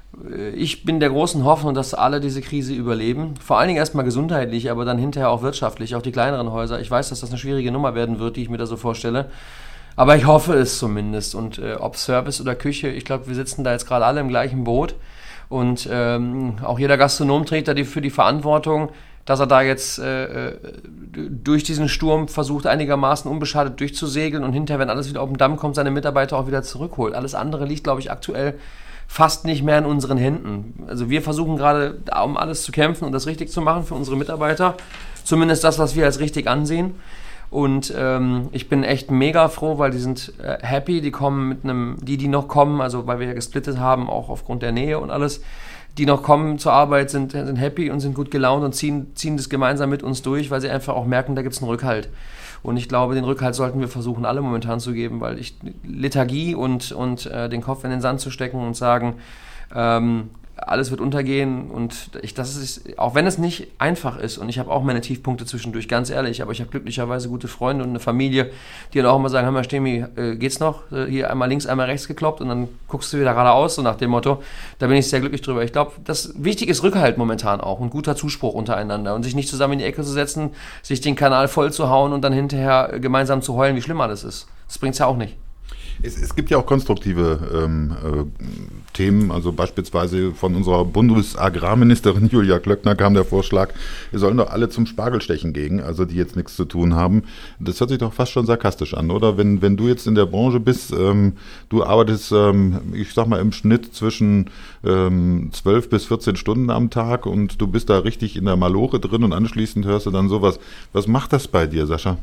ich bin der großen Hoffnung, dass alle diese Krise überleben. Vor allen Dingen erstmal gesundheitlich, aber dann hinterher auch wirtschaftlich, auch die kleineren Häuser. Ich weiß, dass das eine schwierige Nummer werden wird, die ich mir da so vorstelle. Aber ich hoffe es zumindest. Und äh, ob Service oder Küche, ich glaube, wir sitzen da jetzt gerade alle im gleichen Boot. Und ähm, auch jeder Gastronom trägt da die, für die Verantwortung, dass er da jetzt äh, durch diesen Sturm versucht, einigermaßen unbeschadet durchzusegeln und hinterher, wenn alles wieder auf den Damm kommt, seine Mitarbeiter auch wieder zurückholt. Alles andere liegt, glaube ich, aktuell fast nicht mehr in unseren Händen. Also wir versuchen gerade, um alles zu kämpfen und das richtig zu machen für unsere Mitarbeiter. Zumindest das, was wir als richtig ansehen. Und ähm, ich bin echt mega froh, weil die sind äh, happy, die kommen mit einem, die, die noch kommen, also weil wir ja gesplittet haben, auch aufgrund der Nähe und alles, die noch kommen zur Arbeit, sind, sind happy und sind gut gelaunt und ziehen, ziehen das gemeinsam mit uns durch, weil sie einfach auch merken, da gibt es einen Rückhalt. Und ich glaube, den Rückhalt sollten wir versuchen, alle momentan zu geben, weil ich Lethargie und, und äh, den Kopf in den Sand zu stecken und sagen, ähm, alles wird untergehen und ich, das ist, auch wenn es nicht einfach ist und ich habe auch meine Tiefpunkte zwischendurch, ganz ehrlich, aber ich habe glücklicherweise gute Freunde und eine Familie, die dann auch immer sagen, hör mal Stemi, äh, geht's noch? Äh, hier einmal links, einmal rechts gekloppt und dann guckst du wieder geradeaus, so nach dem Motto. Da bin ich sehr glücklich drüber. Ich glaube, das wichtig ist Rückhalt momentan auch und guter Zuspruch untereinander und sich nicht zusammen in die Ecke zu setzen, sich den Kanal voll zu hauen und dann hinterher gemeinsam zu heulen, wie schlimm alles ist. Das bringt's ja auch nicht. Es, es gibt ja auch konstruktive ähm, äh, Themen, also beispielsweise von unserer Bundesagrarministerin Julia Klöckner kam der Vorschlag, wir sollen doch alle zum Spargelstechen gehen, also die jetzt nichts zu tun haben. Das hört sich doch fast schon sarkastisch an, oder? Wenn, wenn du jetzt in der Branche bist, ähm, du arbeitest, ähm, ich sag mal, im Schnitt zwischen ähm, zwölf bis vierzehn Stunden am Tag und du bist da richtig in der Maloche drin und anschließend hörst du dann sowas. Was macht das bei dir, Sascha?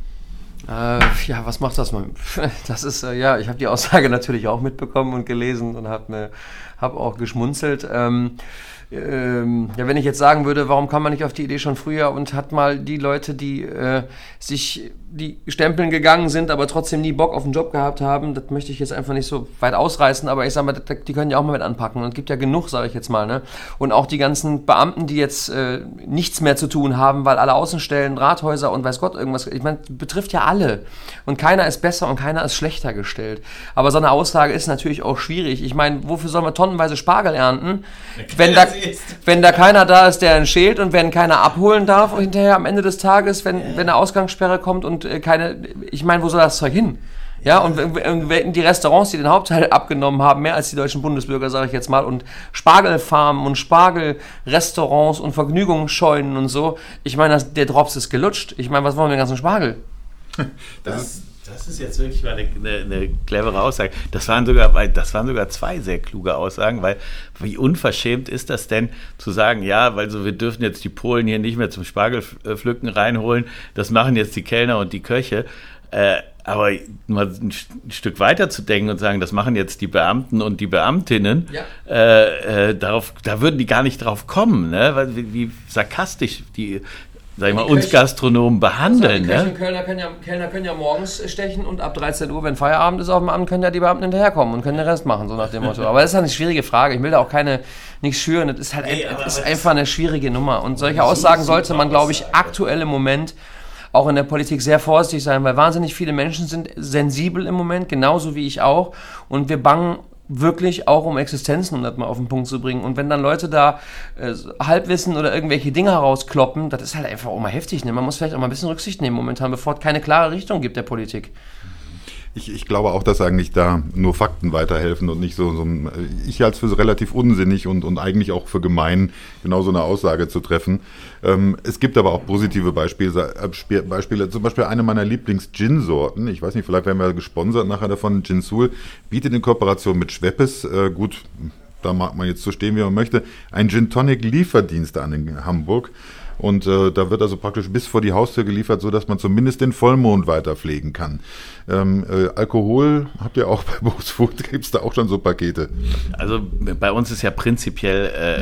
Äh, ja, was macht das mal? Das ist, äh, ja, ich habe die Aussage natürlich auch mitbekommen und gelesen und habe hab auch geschmunzelt. Ähm, ähm, ja, wenn ich jetzt sagen würde, warum kam man nicht auf die Idee schon früher und hat mal die Leute, die äh, sich die stempeln gegangen sind, aber trotzdem nie Bock auf den Job gehabt haben, das möchte ich jetzt einfach nicht so weit ausreißen, aber ich sag mal, die können ja auch mal mit anpacken und es gibt ja genug, sage ich jetzt mal, ne? Und auch die ganzen Beamten, die jetzt äh, nichts mehr zu tun haben, weil alle Außenstellen, Rathäuser und weiß Gott irgendwas, ich meine, betrifft ja alle und keiner ist besser und keiner ist schlechter gestellt, aber so eine Aussage ist natürlich auch schwierig. Ich meine, wofür sollen wir tonnenweise Spargel ernten, wenn da, wenn da keiner da ist, der ihn schält und wenn keiner abholen darf und hinterher am Ende des Tages, wenn, wenn eine Ausgangssperre kommt und keine, ich meine, wo soll das Zeug hin? Ja, und die Restaurants, die den Hauptteil abgenommen haben, mehr als die deutschen Bundesbürger, sage ich jetzt mal, und Spargelfarmen und Spargelrestaurants und Vergnügungsscheunen und so, ich meine, der Drops ist gelutscht. Ich meine, was wollen wir mit dem ganzen Spargel? Das ist Das ist jetzt wirklich mal eine, eine, eine clevere Aussage. Das waren, sogar, das waren sogar zwei sehr kluge Aussagen, weil wie unverschämt ist das denn zu sagen, ja, weil so wir dürfen jetzt die Polen hier nicht mehr zum Spargelpflücken reinholen, das machen jetzt die Kellner und die Köche. Äh, aber mal ein, ein Stück weiter zu denken und sagen, das machen jetzt die Beamten und die Beamtinnen, ja. äh, äh, darauf, da würden die gar nicht drauf kommen, ne? Weil, wie, wie sarkastisch die sag ich mal, uns Gastronomen behandeln. Also die ne? Kellner, können ja, Kellner können ja morgens stechen und ab dreizehn Uhr, wenn Feierabend ist auf dem Abend, können ja die Beamten hinterherkommen und können den Rest machen, so nach dem Motto. Aber das ist halt eine schwierige Frage. Ich will da auch keine nichts schüren. Das ist halt nee, ein, das ist einfach eine schwierige Nummer. Und solche Aussagen sollte man, glaube ich, aktuell im Moment auch in der Politik sehr vorsichtig sein, weil wahnsinnig viele Menschen sind sensibel im Moment, genauso wie ich auch. Und wir bangen wirklich auch um Existenzen, um das mal auf den Punkt zu bringen. Und wenn dann Leute da äh, Halbwissen oder irgendwelche Dinge herauskloppen, das ist halt einfach auch mal heftig. Ne? Man muss vielleicht auch mal ein bisschen Rücksicht nehmen momentan, bevor es keine klare Richtung gibt der Politik. Ich, ich glaube auch, dass eigentlich da nur Fakten weiterhelfen und nicht so, so ein, ich halte es für relativ unsinnig und, und eigentlich auch für gemein, genau so eine Aussage zu treffen. Ähm, es gibt aber auch positive Beispiele, Beispiele, zum Beispiel eine meiner Lieblings-Gin-Sorten, ich weiß nicht, vielleicht werden wir gesponsert nachher davon, Gin Sul, bietet in Kooperation mit Schweppes, äh, gut, da mag man jetzt so stehen, wie man möchte, einen Gin-Tonic-Lieferdienst an in Hamburg. Und äh, da wird also praktisch bis vor die Haustür geliefert, so dass man zumindest den Vollmond weiter pflegen kann. Ähm, äh, Alkohol habt ihr auch bei Boost Food, gibt es da auch schon so Pakete? Also bei uns ist ja prinzipiell äh,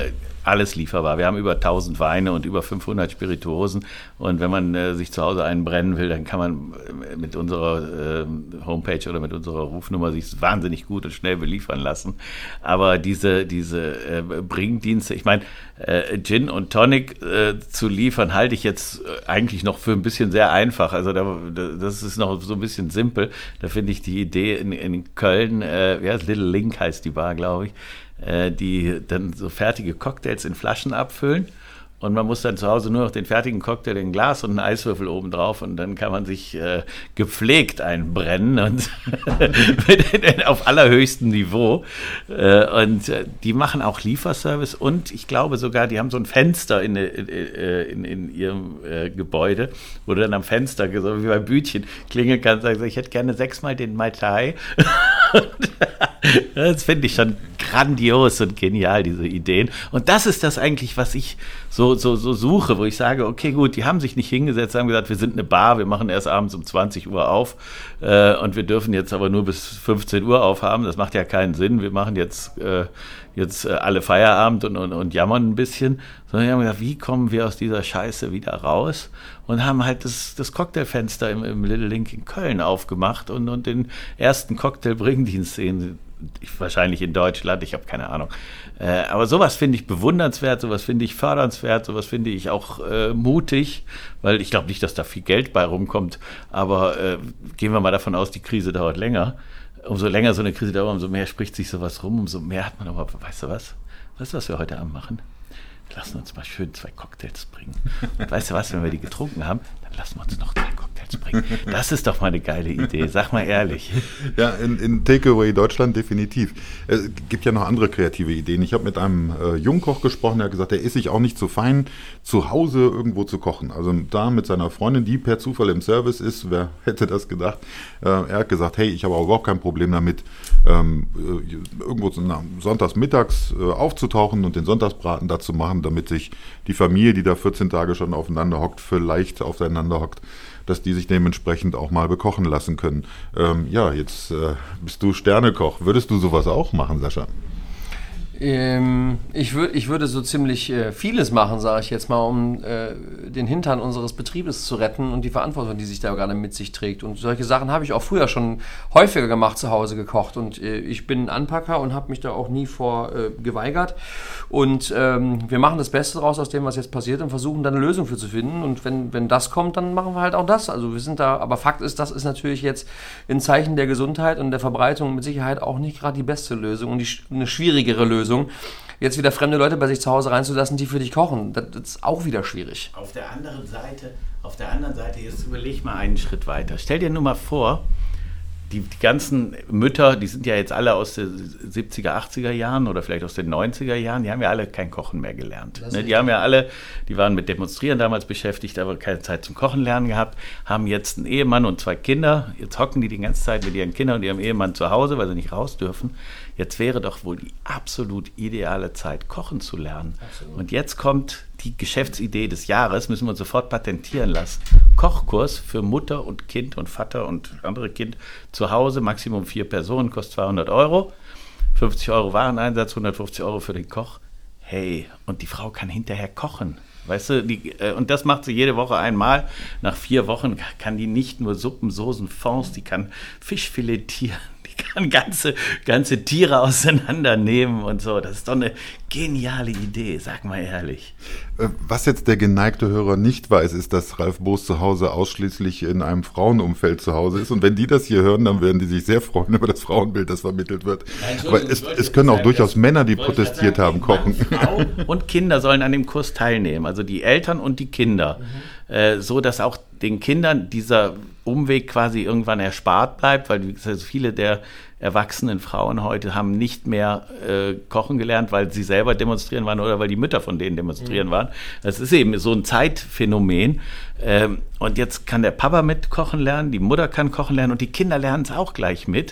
alles lieferbar. Wir haben über tausend Weine und über fünfhundert Spirituosen. Und wenn man äh, sich zu Hause einen brennen will, dann kann man mit unserer äh, Homepage oder mit unserer Rufnummer sich wahnsinnig gut und schnell beliefern lassen. Aber diese, diese äh, Bringdienste, ich meine, äh, Gin und Tonic äh, zu liefern, halte ich jetzt eigentlich noch für ein bisschen sehr einfach. Also da, das ist noch so ein bisschen simpel. Da finde ich die Idee in, in Köln, äh, ja, Little Link heißt die Bar, glaube ich, die dann so fertige Cocktails in Flaschen abfüllen und man muss dann zu Hause nur noch den fertigen Cocktail in ein Glas und einen Eiswürfel oben drauf und dann kann man sich äh, gepflegt einbrennen und auf allerhöchstem Niveau äh, und äh, die machen auch Lieferservice und ich glaube sogar, die haben so ein Fenster in, in, in, in ihrem äh, Gebäude, wo du dann am Fenster, so wie bei Bütchen, klingeln kannst und sagst, ich hätte gerne sechsmal den Mai Tai. Das finde ich schon grandios und genial, diese Ideen. Und das ist das eigentlich, was ich so, so, so suche, wo ich sage, okay, gut, die haben sich nicht hingesetzt, haben gesagt, wir sind eine Bar, wir machen erst abends um zwanzig Uhr auf äh, und wir dürfen jetzt aber nur bis fünfzehn Uhr aufhaben. Das macht ja keinen Sinn. Wir machen jetzt, äh, jetzt äh, alle Feierabend und, und, und jammern ein bisschen. Sondern wir haben gesagt, wie kommen wir aus dieser Scheiße wieder raus? Und haben halt das, das Cocktailfenster im, im Little Link in Köln aufgemacht und, und den ersten Cocktail-Bringdienst sehen. Ich, wahrscheinlich in Deutschland, ich habe keine Ahnung. Äh, aber sowas finde ich bewundernswert, sowas finde ich fördernswert, sowas finde ich auch äh, mutig, weil ich glaube nicht, dass da viel Geld bei rumkommt, aber äh, gehen wir mal davon aus, die Krise dauert länger. Umso länger so eine Krise dauert, umso mehr spricht sich sowas rum, umso mehr hat man aber, weißt du was? Weißt du, was wir heute Abend machen? Lassen uns mal schön zwei Cocktails bringen. Und weißt du was, wenn wir die getrunken haben, dann lassen wir uns noch zwei Cocktails bringen. Das ist doch mal eine geile Idee, sag mal ehrlich. Ja, in, in Takeaway Deutschland definitiv. Es gibt ja noch andere kreative Ideen. Ich habe mit einem äh, Jungkoch gesprochen, der hat gesagt, er ist sich auch nicht so fein, zu Hause irgendwo zu kochen. Also da mit seiner Freundin, die per Zufall im Service ist, wer hätte das gedacht? Äh, er hat gesagt, hey, ich habe auch überhaupt kein Problem damit, ähm, irgendwo sonntags mittags äh, aufzutauchen und den Sonntagsbraten dazu machen, damit sich die Familie, die da vierzehn Tage schon aufeinander hockt, vielleicht aufeinander hockt, dass die sich dementsprechend auch mal bekochen lassen können. Ähm, ja, jetzt äh, bist du Sternekoch. Würdest du sowas auch machen, Sascha? Ähm, ich, wür- ich würde so ziemlich äh, vieles machen, sage ich jetzt mal, um äh, den Hintern unseres Betriebes zu retten und die Verantwortung, die sich da gerade mit sich trägt. Und solche Sachen habe ich auch früher schon häufiger gemacht, zu Hause gekocht. Und äh, ich bin ein Anpacker und habe mich da auch nie vor äh, geweigert. Und ähm, wir machen das Beste draus aus dem, was jetzt passiert und versuchen dann eine Lösung für zu finden. Und wenn, wenn das kommt, dann machen wir halt auch das. Also wir sind da, aber Fakt ist, das ist natürlich jetzt in Zeichen der Gesundheit und der Verbreitung mit Sicherheit auch nicht gerade die beste Lösung und die, eine schwierigere Lösung. Jetzt wieder fremde Leute bei sich zu Hause reinzulassen, die für dich kochen, das, das ist auch wieder schwierig. Auf der anderen Seite, auf der anderen Seite, jetzt überleg mal einen Schritt weiter. Stell dir nur mal vor, die, die ganzen Mütter, die sind ja jetzt alle aus den siebziger, achtziger Jahren oder vielleicht aus den neunziger Jahren, die haben ja alle kein Kochen mehr gelernt. Ne? Die haben ja alle, die waren mit Demonstrieren damals beschäftigt, aber keine Zeit zum Kochen lernen gehabt, haben jetzt einen Ehemann und zwei Kinder. Jetzt hocken die die ganze Zeit mit ihren Kindern und ihrem Ehemann zu Hause, weil sie nicht raus dürfen. Jetzt wäre doch wohl die absolut ideale Zeit, kochen zu lernen. Absolut. Und jetzt kommt die Geschäftsidee des Jahres, müssen wir uns sofort patentieren lassen. Kochkurs für Mutter und Kind und Vater und andere Kind zu Hause, Maximum vier Personen, kostet zweihundert Euro, fünfzig Euro Wareneinsatz, hundertfünfzig Euro für den Koch. Hey, und die Frau kann hinterher kochen. Weißt du, die, äh, und das macht sie jede Woche einmal. Nach vier Wochen kann die nicht nur Suppen, Soßen, Fonds, die kann Fisch filetieren. Kann ganze, ganze Tiere auseinandernehmen und so. Das ist doch eine geniale Idee, sag mal ehrlich. Was jetzt der geneigte Hörer nicht weiß, ist, dass Ralf Boos zu Hause ausschließlich in einem Frauenumfeld zu Hause ist. Und wenn die das hier hören, dann werden die sich sehr freuen über das Frauenbild, das vermittelt wird. Nein, aber es, es können auch durchaus Männer, die protestiert haben, kochen. Frau und Kinder sollen an dem Kurs teilnehmen, also die Eltern und die Kinder. Mhm. Äh, so, dass auch den Kindern dieser Umweg quasi irgendwann erspart bleibt, weil wie gesagt, viele der erwachsenen Frauen heute haben nicht mehr äh, kochen gelernt, weil sie selber demonstrieren waren oder weil die Mütter von denen demonstrieren mhm. waren. Das ist eben so ein Zeitphänomen. Ähm, und jetzt kann der Papa mit kochen lernen, die Mutter kann kochen lernen und die Kinder lernen es auch gleich mit.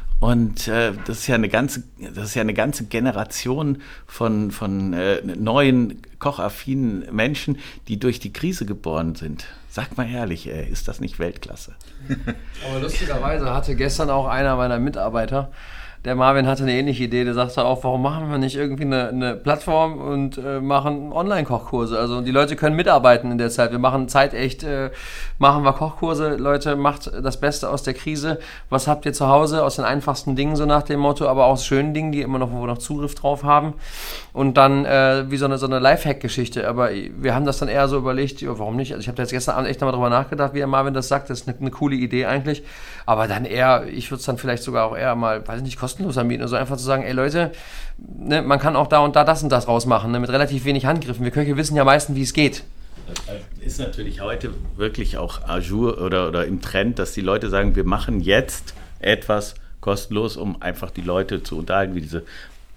Und äh, das ist ja eine ganze, das ist ja eine ganze Generation von von äh, neuen kochaffinen Menschen, die durch die Krise geboren sind. Sag mal ehrlich, ey, ist das nicht Weltklasse? Aber lustigerweise hatte gestern auch einer meiner Mitarbeiter der Marvin hatte eine ähnliche Idee, der sagte auch, warum machen wir nicht irgendwie eine, eine Plattform und äh, machen Online-Kochkurse, also die Leute können mitarbeiten in der Zeit, wir machen zeitecht, äh, machen wir Kochkurse, Leute, macht das Beste aus der Krise, was habt ihr zu Hause, aus den einfachsten Dingen, so nach dem Motto, aber auch aus schönen Dingen, die immer noch, wo wir noch Zugriff drauf haben und dann äh, wie so eine, so eine Lifehack-Geschichte, aber wir haben das dann eher so überlegt, ja, warum nicht, also ich habe jetzt gestern Abend echt nochmal drüber nachgedacht, wie der Marvin das sagt, das ist eine, eine coole Idee eigentlich, aber dann eher, ich würde es dann vielleicht sogar auch eher mal, weiß ich nicht, kostenlos anbieten, also einfach zu sagen, ey Leute, ne, man kann auch da und da das und das rausmachen, ne, mit relativ wenig Handgriffen, wir Köche wissen ja meistens, wie es geht. Das ist natürlich heute wirklich auch à jour oder, oder im Trend, dass die Leute sagen, wir machen jetzt etwas kostenlos, um einfach die Leute zu unterhalten, wie diese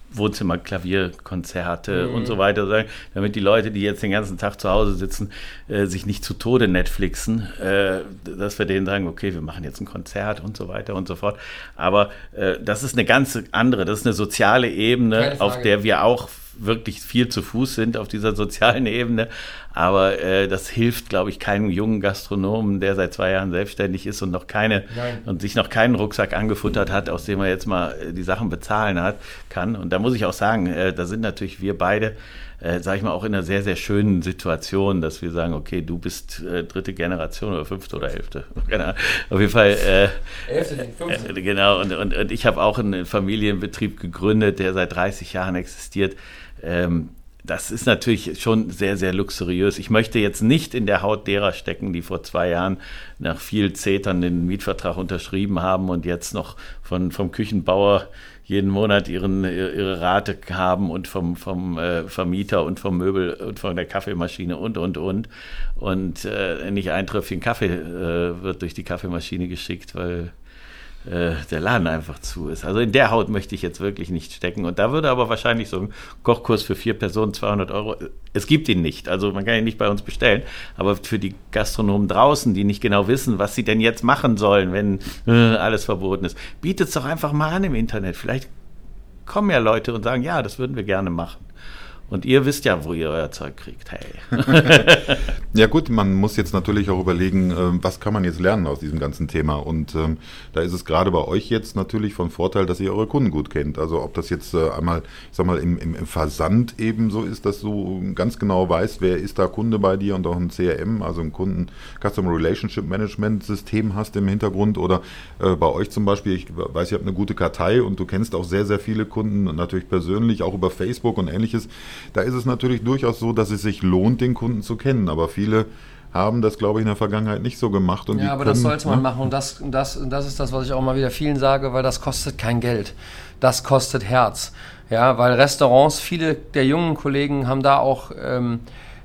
Wohnzimmer-Klavierkonzerte mhm. und so weiter, damit die Leute, die jetzt den ganzen Tag zu Hause sitzen, äh, sich nicht zu Tode Netflixen, äh, dass wir denen sagen, okay, wir machen jetzt ein Konzert und so weiter und so fort. Aber äh, das ist eine ganz andere, das ist eine soziale Ebene, auf der wir auch wirklich viel zu Fuß sind auf dieser sozialen Ebene, aber äh, das hilft, glaube ich, keinem jungen Gastronomen, der seit zwei Jahren selbstständig ist und noch keine Nein. und sich noch keinen Rucksack angefuttert hat, aus dem er jetzt mal die Sachen bezahlen hat, kann. Und da muss ich auch sagen, äh, da sind natürlich wir beide, äh, sage ich mal, auch in einer sehr, sehr schönen Situation, dass wir sagen, okay, du bist äh, dritte Generation oder fünfte oder elfte. Genau. Auf jeden Fall. Äh, elfte, fünfte. Äh, genau, und, und, und ich habe auch einen Familienbetrieb gegründet, der seit dreißig Jahren existiert. Ähm, das ist natürlich schon sehr, sehr luxuriös. Ich möchte jetzt nicht in der Haut derer stecken, die vor zwei Jahren nach viel Zetern den Mietvertrag unterschrieben haben und jetzt noch von, vom Küchenbauer jeden Monat ihren, ihre Rate haben und vom, vom äh, Vermieter und vom Möbel und von der Kaffeemaschine und, und, und. Und äh, nicht ein Tröpfchen Kaffee äh, wird durch die Kaffeemaschine geschickt, weil der Laden einfach zu ist. Also in der Haut möchte ich jetzt wirklich nicht stecken. Und da würde aber wahrscheinlich so ein Kochkurs für vier Personen zweihundert Euro, es gibt ihn nicht, also man kann ihn nicht bei uns bestellen, aber für die Gastronomen draußen, die nicht genau wissen, was sie denn jetzt machen sollen, wenn äh, alles verboten ist, bietet es doch einfach mal an im Internet. Vielleicht kommen ja Leute und sagen, ja, das würden wir gerne machen. Und ihr wisst ja, wo ihr euer Zeug kriegt. Hey. Ja gut, man muss jetzt natürlich auch überlegen, was kann man jetzt lernen aus diesem ganzen Thema. Und ähm, da ist es gerade bei euch jetzt natürlich von Vorteil, dass ihr eure Kunden gut kennt. Also ob das jetzt äh, einmal, ich sag mal, im, im, im Versand eben so ist, dass du ganz genau weißt, wer ist da Kunde bei dir und auch ein C R M, also ein Kunden Customer Relationship Management System hast im Hintergrund. Oder äh, bei euch zum Beispiel, ich weiß, ihr habt eine gute Kartei und du kennst auch sehr, sehr viele Kunden, natürlich persönlich, auch über Facebook und ähnliches. Da ist es natürlich durchaus so, dass es sich lohnt, den Kunden zu kennen. Aber viele haben das, glaube ich, in der Vergangenheit nicht so gemacht. Und ja, die aber können, das sollte man ne? machen. Und das, das, das ist das, was ich auch mal wieder vielen sage, weil das kostet kein Geld. Das kostet Herz. Ja, weil Restaurants, viele der jungen Kollegen haben da auch ähm,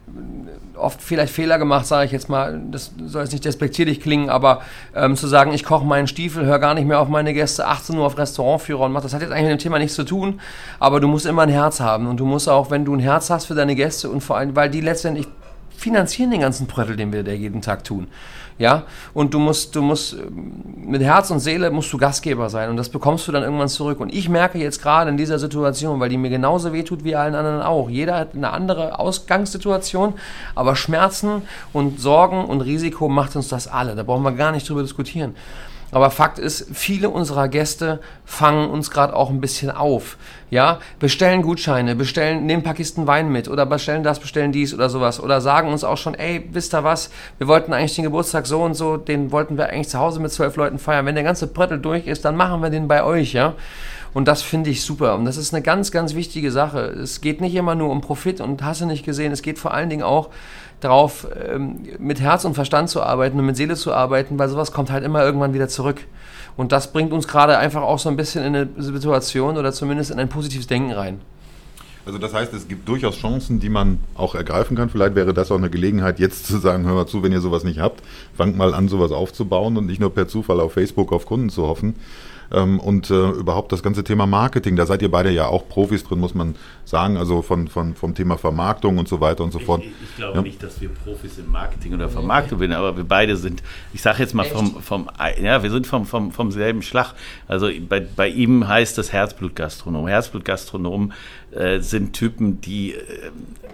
oft vielleicht Fehler gemacht, sage ich jetzt mal, das soll jetzt nicht despektierlich klingen, aber ähm, zu sagen, ich koche meinen Stiefel, höre gar nicht mehr auf meine Gäste, achte nur auf Restaurantführer und mach, das hat jetzt eigentlich mit dem Thema nichts zu tun, aber du musst immer ein Herz haben und du musst auch, wenn du ein Herz hast für deine Gäste und vor allem, weil die letztendlich finanzieren den ganzen Pröttel, den wir da jeden Tag tun. Ja, und du musst, du musst, mit Herz und Seele musst du Gastgeber sein und das bekommst du dann irgendwann zurück. Und ich merke jetzt gerade in dieser Situation, weil die mir genauso wehtut wie allen anderen auch. Jeder hat eine andere Ausgangssituation, aber Schmerzen und Sorgen und Risiko macht uns das alle. Da brauchen wir gar nicht drüber diskutieren. Aber Fakt ist, viele unserer Gäste fangen uns gerade auch ein bisschen auf. Ja, bestellen Gutscheine, bestellen, nehmen ein paar Kisten Wein mit oder bestellen das, bestellen dies oder sowas. Oder sagen uns auch schon, ey, wisst ihr was, wir wollten eigentlich den Geburtstag so und so, den wollten wir eigentlich zu Hause mit zwölf Leuten feiern. Wenn der ganze Pröttel durch ist, dann machen wir den bei euch, ja. Und das finde ich super. Und das ist eine ganz, ganz wichtige Sache. Es geht nicht immer nur um Profit und hast du nicht gesehen, es geht vor allen Dingen auch darauf, mit Herz und Verstand zu arbeiten und mit Seele zu arbeiten, weil sowas kommt halt immer irgendwann wieder zurück. Und das bringt uns gerade einfach auch so ein bisschen in eine Situation oder zumindest in ein positives Denken rein. Also das heißt, es gibt durchaus Chancen, die man auch ergreifen kann. Vielleicht wäre das auch eine Gelegenheit, jetzt zu sagen, hör mal zu, wenn ihr sowas nicht habt, fangt mal an, sowas aufzubauen und nicht nur per Zufall auf Facebook auf Kunden zu hoffen. Und äh, überhaupt das ganze Thema Marketing, da seid ihr beide ja auch Profis drin, muss man sagen, also von, von, vom Thema Vermarktung und so weiter und so fort. Ich, ich glaube ja. nicht, dass wir Profis im Marketing oder Vermarktung sind, aber wir beide sind, ich sage jetzt mal vom, vom, ja, wir sind vom, vom, vom selben Schlag. Also bei, bei ihm heißt das Herzblutgastronom. Herzblutgastronomen äh, sind Typen, die äh,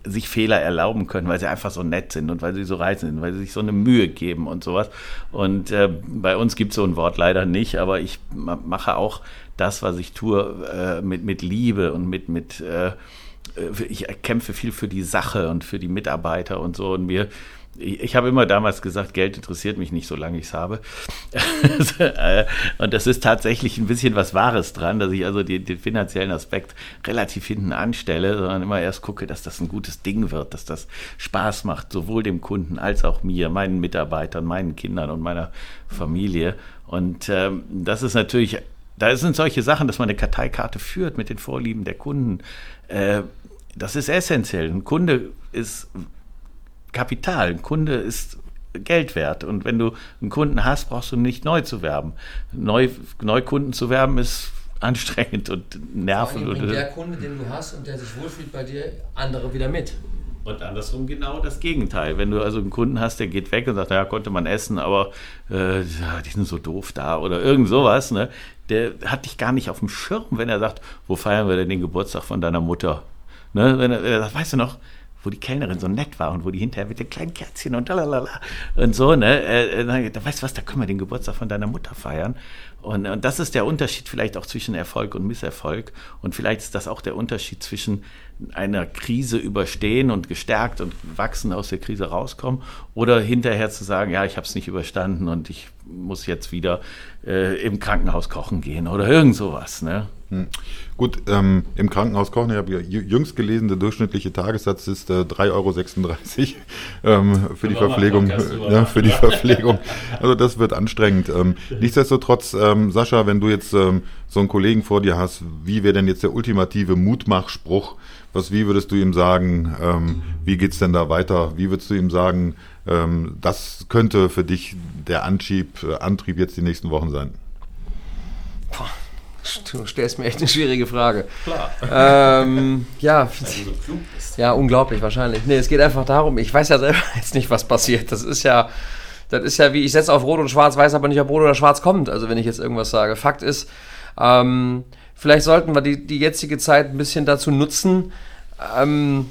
sich Fehler erlauben können, weil sie einfach so nett sind und weil sie so reich sind, weil sie sich so eine Mühe geben und sowas. Und äh, bei uns gibt es so ein Wort leider nicht, aber ich mache auch das, was ich tue, äh, mit, mit Liebe und mit, mit äh, ich kämpfe viel für die Sache und für die Mitarbeiter und so. Und mir Ich, ich habe immer damals gesagt, Geld interessiert mich nicht, solange ich es habe. Und das ist tatsächlich ein bisschen was Wahres dran, dass ich also die, den finanziellen Aspekt relativ hinten anstelle, sondern immer erst gucke, dass das ein gutes Ding wird, dass das Spaß macht, sowohl dem Kunden als auch mir, meinen Mitarbeitern, meinen Kindern und meiner Familie. Und ähm, das ist natürlich, da sind solche Sachen, dass man eine Karteikarte führt mit den Vorlieben der Kunden. Äh, das ist essentiell. Ein Kunde ist Kapital. Ein Kunde ist Geld wert. Und wenn du einen Kunden hast, brauchst du nicht neu zu werben. Neu, Neukunden zu werben ist anstrengend und nervend. Und der Kunde, den du hast und der sich wohlfühlt bei dir, andere wieder mit. Und andersrum genau das Gegenteil. Wenn du also einen Kunden hast, der geht weg und sagt, ja, konnte man essen, aber äh, die sind so doof da oder irgend sowas, ne? Der hat dich gar nicht auf dem Schirm, wenn er sagt, wo feiern wir denn den Geburtstag von deiner Mutter? Ne? Wenn er, wenn er sagt, weißt du noch, wo die Kellnerin so nett war und wo die hinterher mit den kleinen Kerzchen und lalala und so, ne, äh, äh, da weißt du was, da können wir den Geburtstag von deiner Mutter feiern. Und, und das ist der Unterschied vielleicht auch zwischen Erfolg und Misserfolg. Und vielleicht ist das auch der Unterschied zwischen einer Krise überstehen und gestärkt und wachsen aus der Krise rauskommen oder hinterher zu sagen, ja, ich habe es nicht überstanden und ich muss jetzt wieder äh, im Krankenhaus kochen gehen oder irgend sowas, ne? Hm. Gut, ähm, im Krankenhaus kochen, ich habe jüngst gelesen, der durchschnittliche Tagessatz ist äh, drei Euro sechsunddreißig ähm, für, die Verpflegung, ja, für die Verpflegung. Also das wird anstrengend. Ähm, nichtsdestotrotz, ähm, Sascha, wenn du jetzt ähm, so einen Kollegen vor dir hast, wie wäre denn jetzt der ultimative Mutmachspruch? Was, wie würdest du ihm sagen, ähm, wie geht's denn da weiter? Wie würdest du ihm sagen, ähm, das könnte für dich der Anschieb, äh, Antrieb jetzt die nächsten Wochen sein? Boah. Du stellst mir echt eine schwierige Frage. Klar. Ähm, ja, ja, unglaublich wahrscheinlich. Nee, es geht einfach darum, ich weiß ja selber jetzt nicht, was passiert. Das ist ja, das ist ja wie, ich setze auf Rot und Schwarz, weiß aber nicht, ob Rot oder Schwarz kommt, also wenn ich jetzt irgendwas sage. Fakt ist, ähm, vielleicht sollten wir die, die jetzige Zeit ein bisschen dazu nutzen, ähm,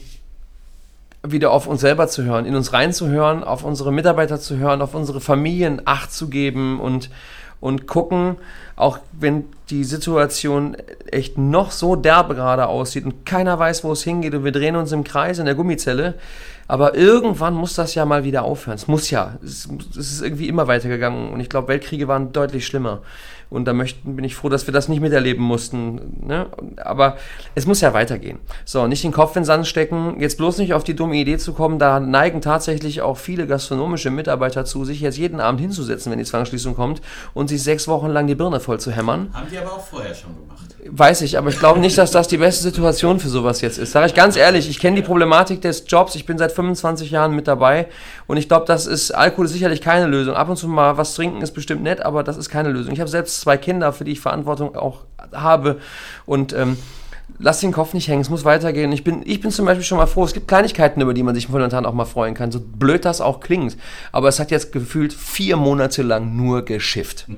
wieder auf uns selber zu hören, in uns reinzuhören, auf unsere Mitarbeiter zu hören, auf unsere Familien Acht zu geben und und gucken, auch wenn die Situation echt noch so derbe gerade aussieht und keiner weiß, wo es hingeht und wir drehen uns im Kreis in der Gummizelle, aber irgendwann muss das ja mal wieder aufhören. Es muss ja, es, es ist irgendwie immer weitergegangen und ich glaube, Weltkriege waren deutlich schlimmer und da möchten, bin ich froh, dass wir das nicht miterleben mussten, ne? Aber es muss ja weitergehen. So, nicht den Kopf in den Sand stecken, jetzt bloß nicht auf die dumme Idee zu kommen, da neigen tatsächlich auch viele gastronomische Mitarbeiter zu, sich jetzt jeden Abend hinzusetzen, wenn die Zwangsschließung kommt und sich sechs Wochen lang die Birne voll zu hämmern. Haben die aber auch vorher schon gemacht. Weiß ich, aber ich glaube nicht, dass das die beste Situation für sowas jetzt ist. Sage ich ganz ehrlich, ich kenne die Problematik des Jobs, ich bin seit fünfundzwanzig Jahren mit dabei und ich glaube, das ist, Alkohol ist sicherlich keine Lösung. Ab und zu mal was trinken ist bestimmt nett, aber das ist keine Lösung. Ich habe selbst zwei Kinder, für die ich Verantwortung auch habe und ähm, lass den Kopf nicht hängen, es muss weitergehen. Ich bin, ich bin zum Beispiel schon mal froh, es gibt Kleinigkeiten, über die man sich momentan auch mal freuen kann, so blöd das auch klingt. Aber es hat jetzt gefühlt vier Monate lang nur geschifft.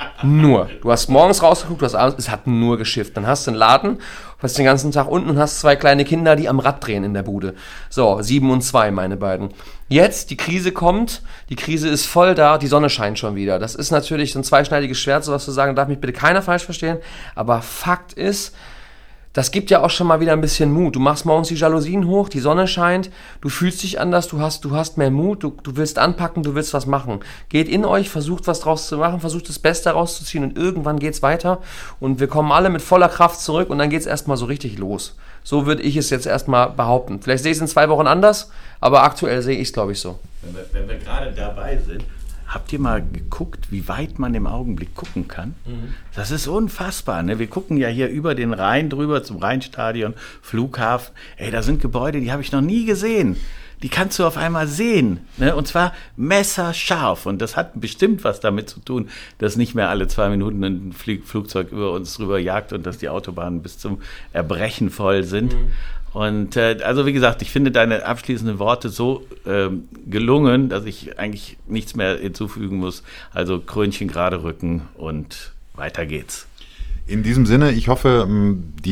Nur. Du hast morgens rausgeguckt, du hast abends, es hat nur geschifft. Dann hast du einen Laden, hast den ganzen Tag unten und hast zwei kleine Kinder, die am Rad drehen in der Bude. So, sieben und zwei, meine beiden. Jetzt, die Krise kommt, die Krise ist voll da, die Sonne scheint schon wieder. Das ist natürlich so ein zweischneidiges Schwert, sowas zu sagen, darf mich bitte keiner falsch verstehen. Aber Fakt ist, das gibt ja auch schon mal wieder ein bisschen Mut. Du machst morgens die Jalousien hoch, die Sonne scheint, du fühlst dich anders, du hast, du hast mehr Mut, du, du willst anpacken, du willst was machen. Geht in euch, versucht was draus zu machen, versucht das Beste rauszuziehen und irgendwann geht's weiter und wir kommen alle mit voller Kraft zurück und dann geht's erstmal so richtig los. So würde ich es jetzt erstmal behaupten. Vielleicht sehe ich es in zwei Wochen anders, aber aktuell sehe ich es, glaube ich, so. Wenn wir, wenn wir gerade dabei sind, habt ihr mal geguckt, wie weit man im Augenblick gucken kann? Mhm. Das ist unfassbar, ne? Wir gucken ja hier über den Rhein drüber zum Rheinstadion, Flughafen. Ey, da sind Gebäude, die habe ich noch nie gesehen. Die kannst du auf einmal sehen, ne? Und zwar messerscharf. Und das hat bestimmt was damit zu tun, dass nicht mehr alle zwei Minuten ein Fl- Flugzeug über uns drüber jagt und dass die Autobahnen bis zum Erbrechen voll sind. Mhm. Und äh, also wie gesagt, ich finde deine abschließenden Worte so ähm, gelungen, dass ich eigentlich nichts mehr hinzufügen muss. Also Krönchen gerade rücken und weiter geht's. In diesem Sinne, ich hoffe, die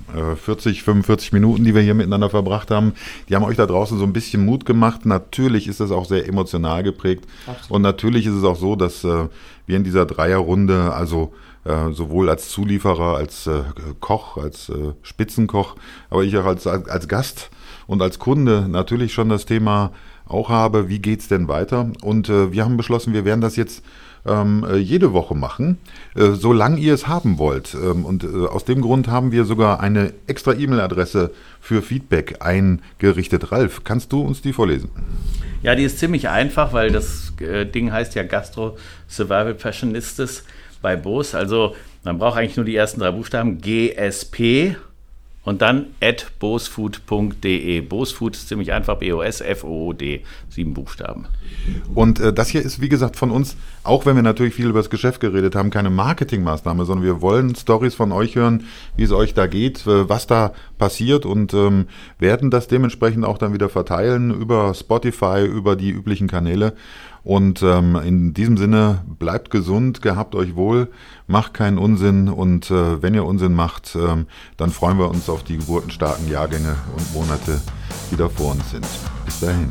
vierzig, fünfundvierzig Minuten, die wir hier miteinander verbracht haben, die haben euch da draußen so ein bisschen Mut gemacht. Natürlich ist das auch sehr emotional geprägt. Absolut. Und natürlich ist es auch so, dass äh, wir in dieser Dreierrunde, also äh, sowohl als Zulieferer, als äh, Koch, als äh, Spitzenkoch, aber ich auch als, als Gast und als Kunde natürlich schon das Thema auch habe, wie geht's denn weiter? Und äh, wir haben beschlossen, wir werden das jetzt ähm, jede Woche machen, äh, solange ihr es haben wollt. Ähm, und äh, aus dem Grund haben wir sogar eine extra E-Mail-Adresse für Feedback eingerichtet. Ralf, kannst du uns die vorlesen? Ja, die ist ziemlich einfach, weil das äh, Ding heißt ja Gastro Survival Passionistas bei Bose. Also man braucht eigentlich nur die ersten drei Buchstaben, G S P und dann at bosfood punkt de. Bosfood ist ziemlich einfach, B O S F O O D, sieben Buchstaben. Und äh, das hier ist, wie gesagt, von uns, auch wenn wir natürlich viel über das Geschäft geredet haben, keine Marketingmaßnahme, sondern wir wollen Storys von euch hören, wie es euch da geht, äh, was da passiert und ähm, werden das dementsprechend auch dann wieder verteilen über Spotify, über die üblichen Kanäle. Und ähm, in diesem Sinne, bleibt gesund, gehabt euch wohl, macht keinen Unsinn und äh, wenn ihr Unsinn macht, ähm, dann freuen wir uns auf die geburtenstarken Jahrgänge und Monate, die da vor uns sind. Bis dahin.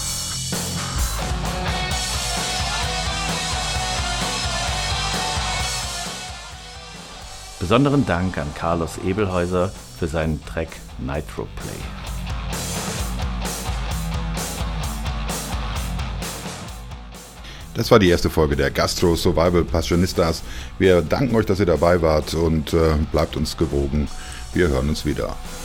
Besonderen Dank an Carlos Ebelhäuser für seinen Track Nitro Play. Das war die erste Folge der Gastro Survival Passionistas. Wir danken euch, dass ihr dabei wart und äh, bleibt uns gewogen. Wir hören uns wieder.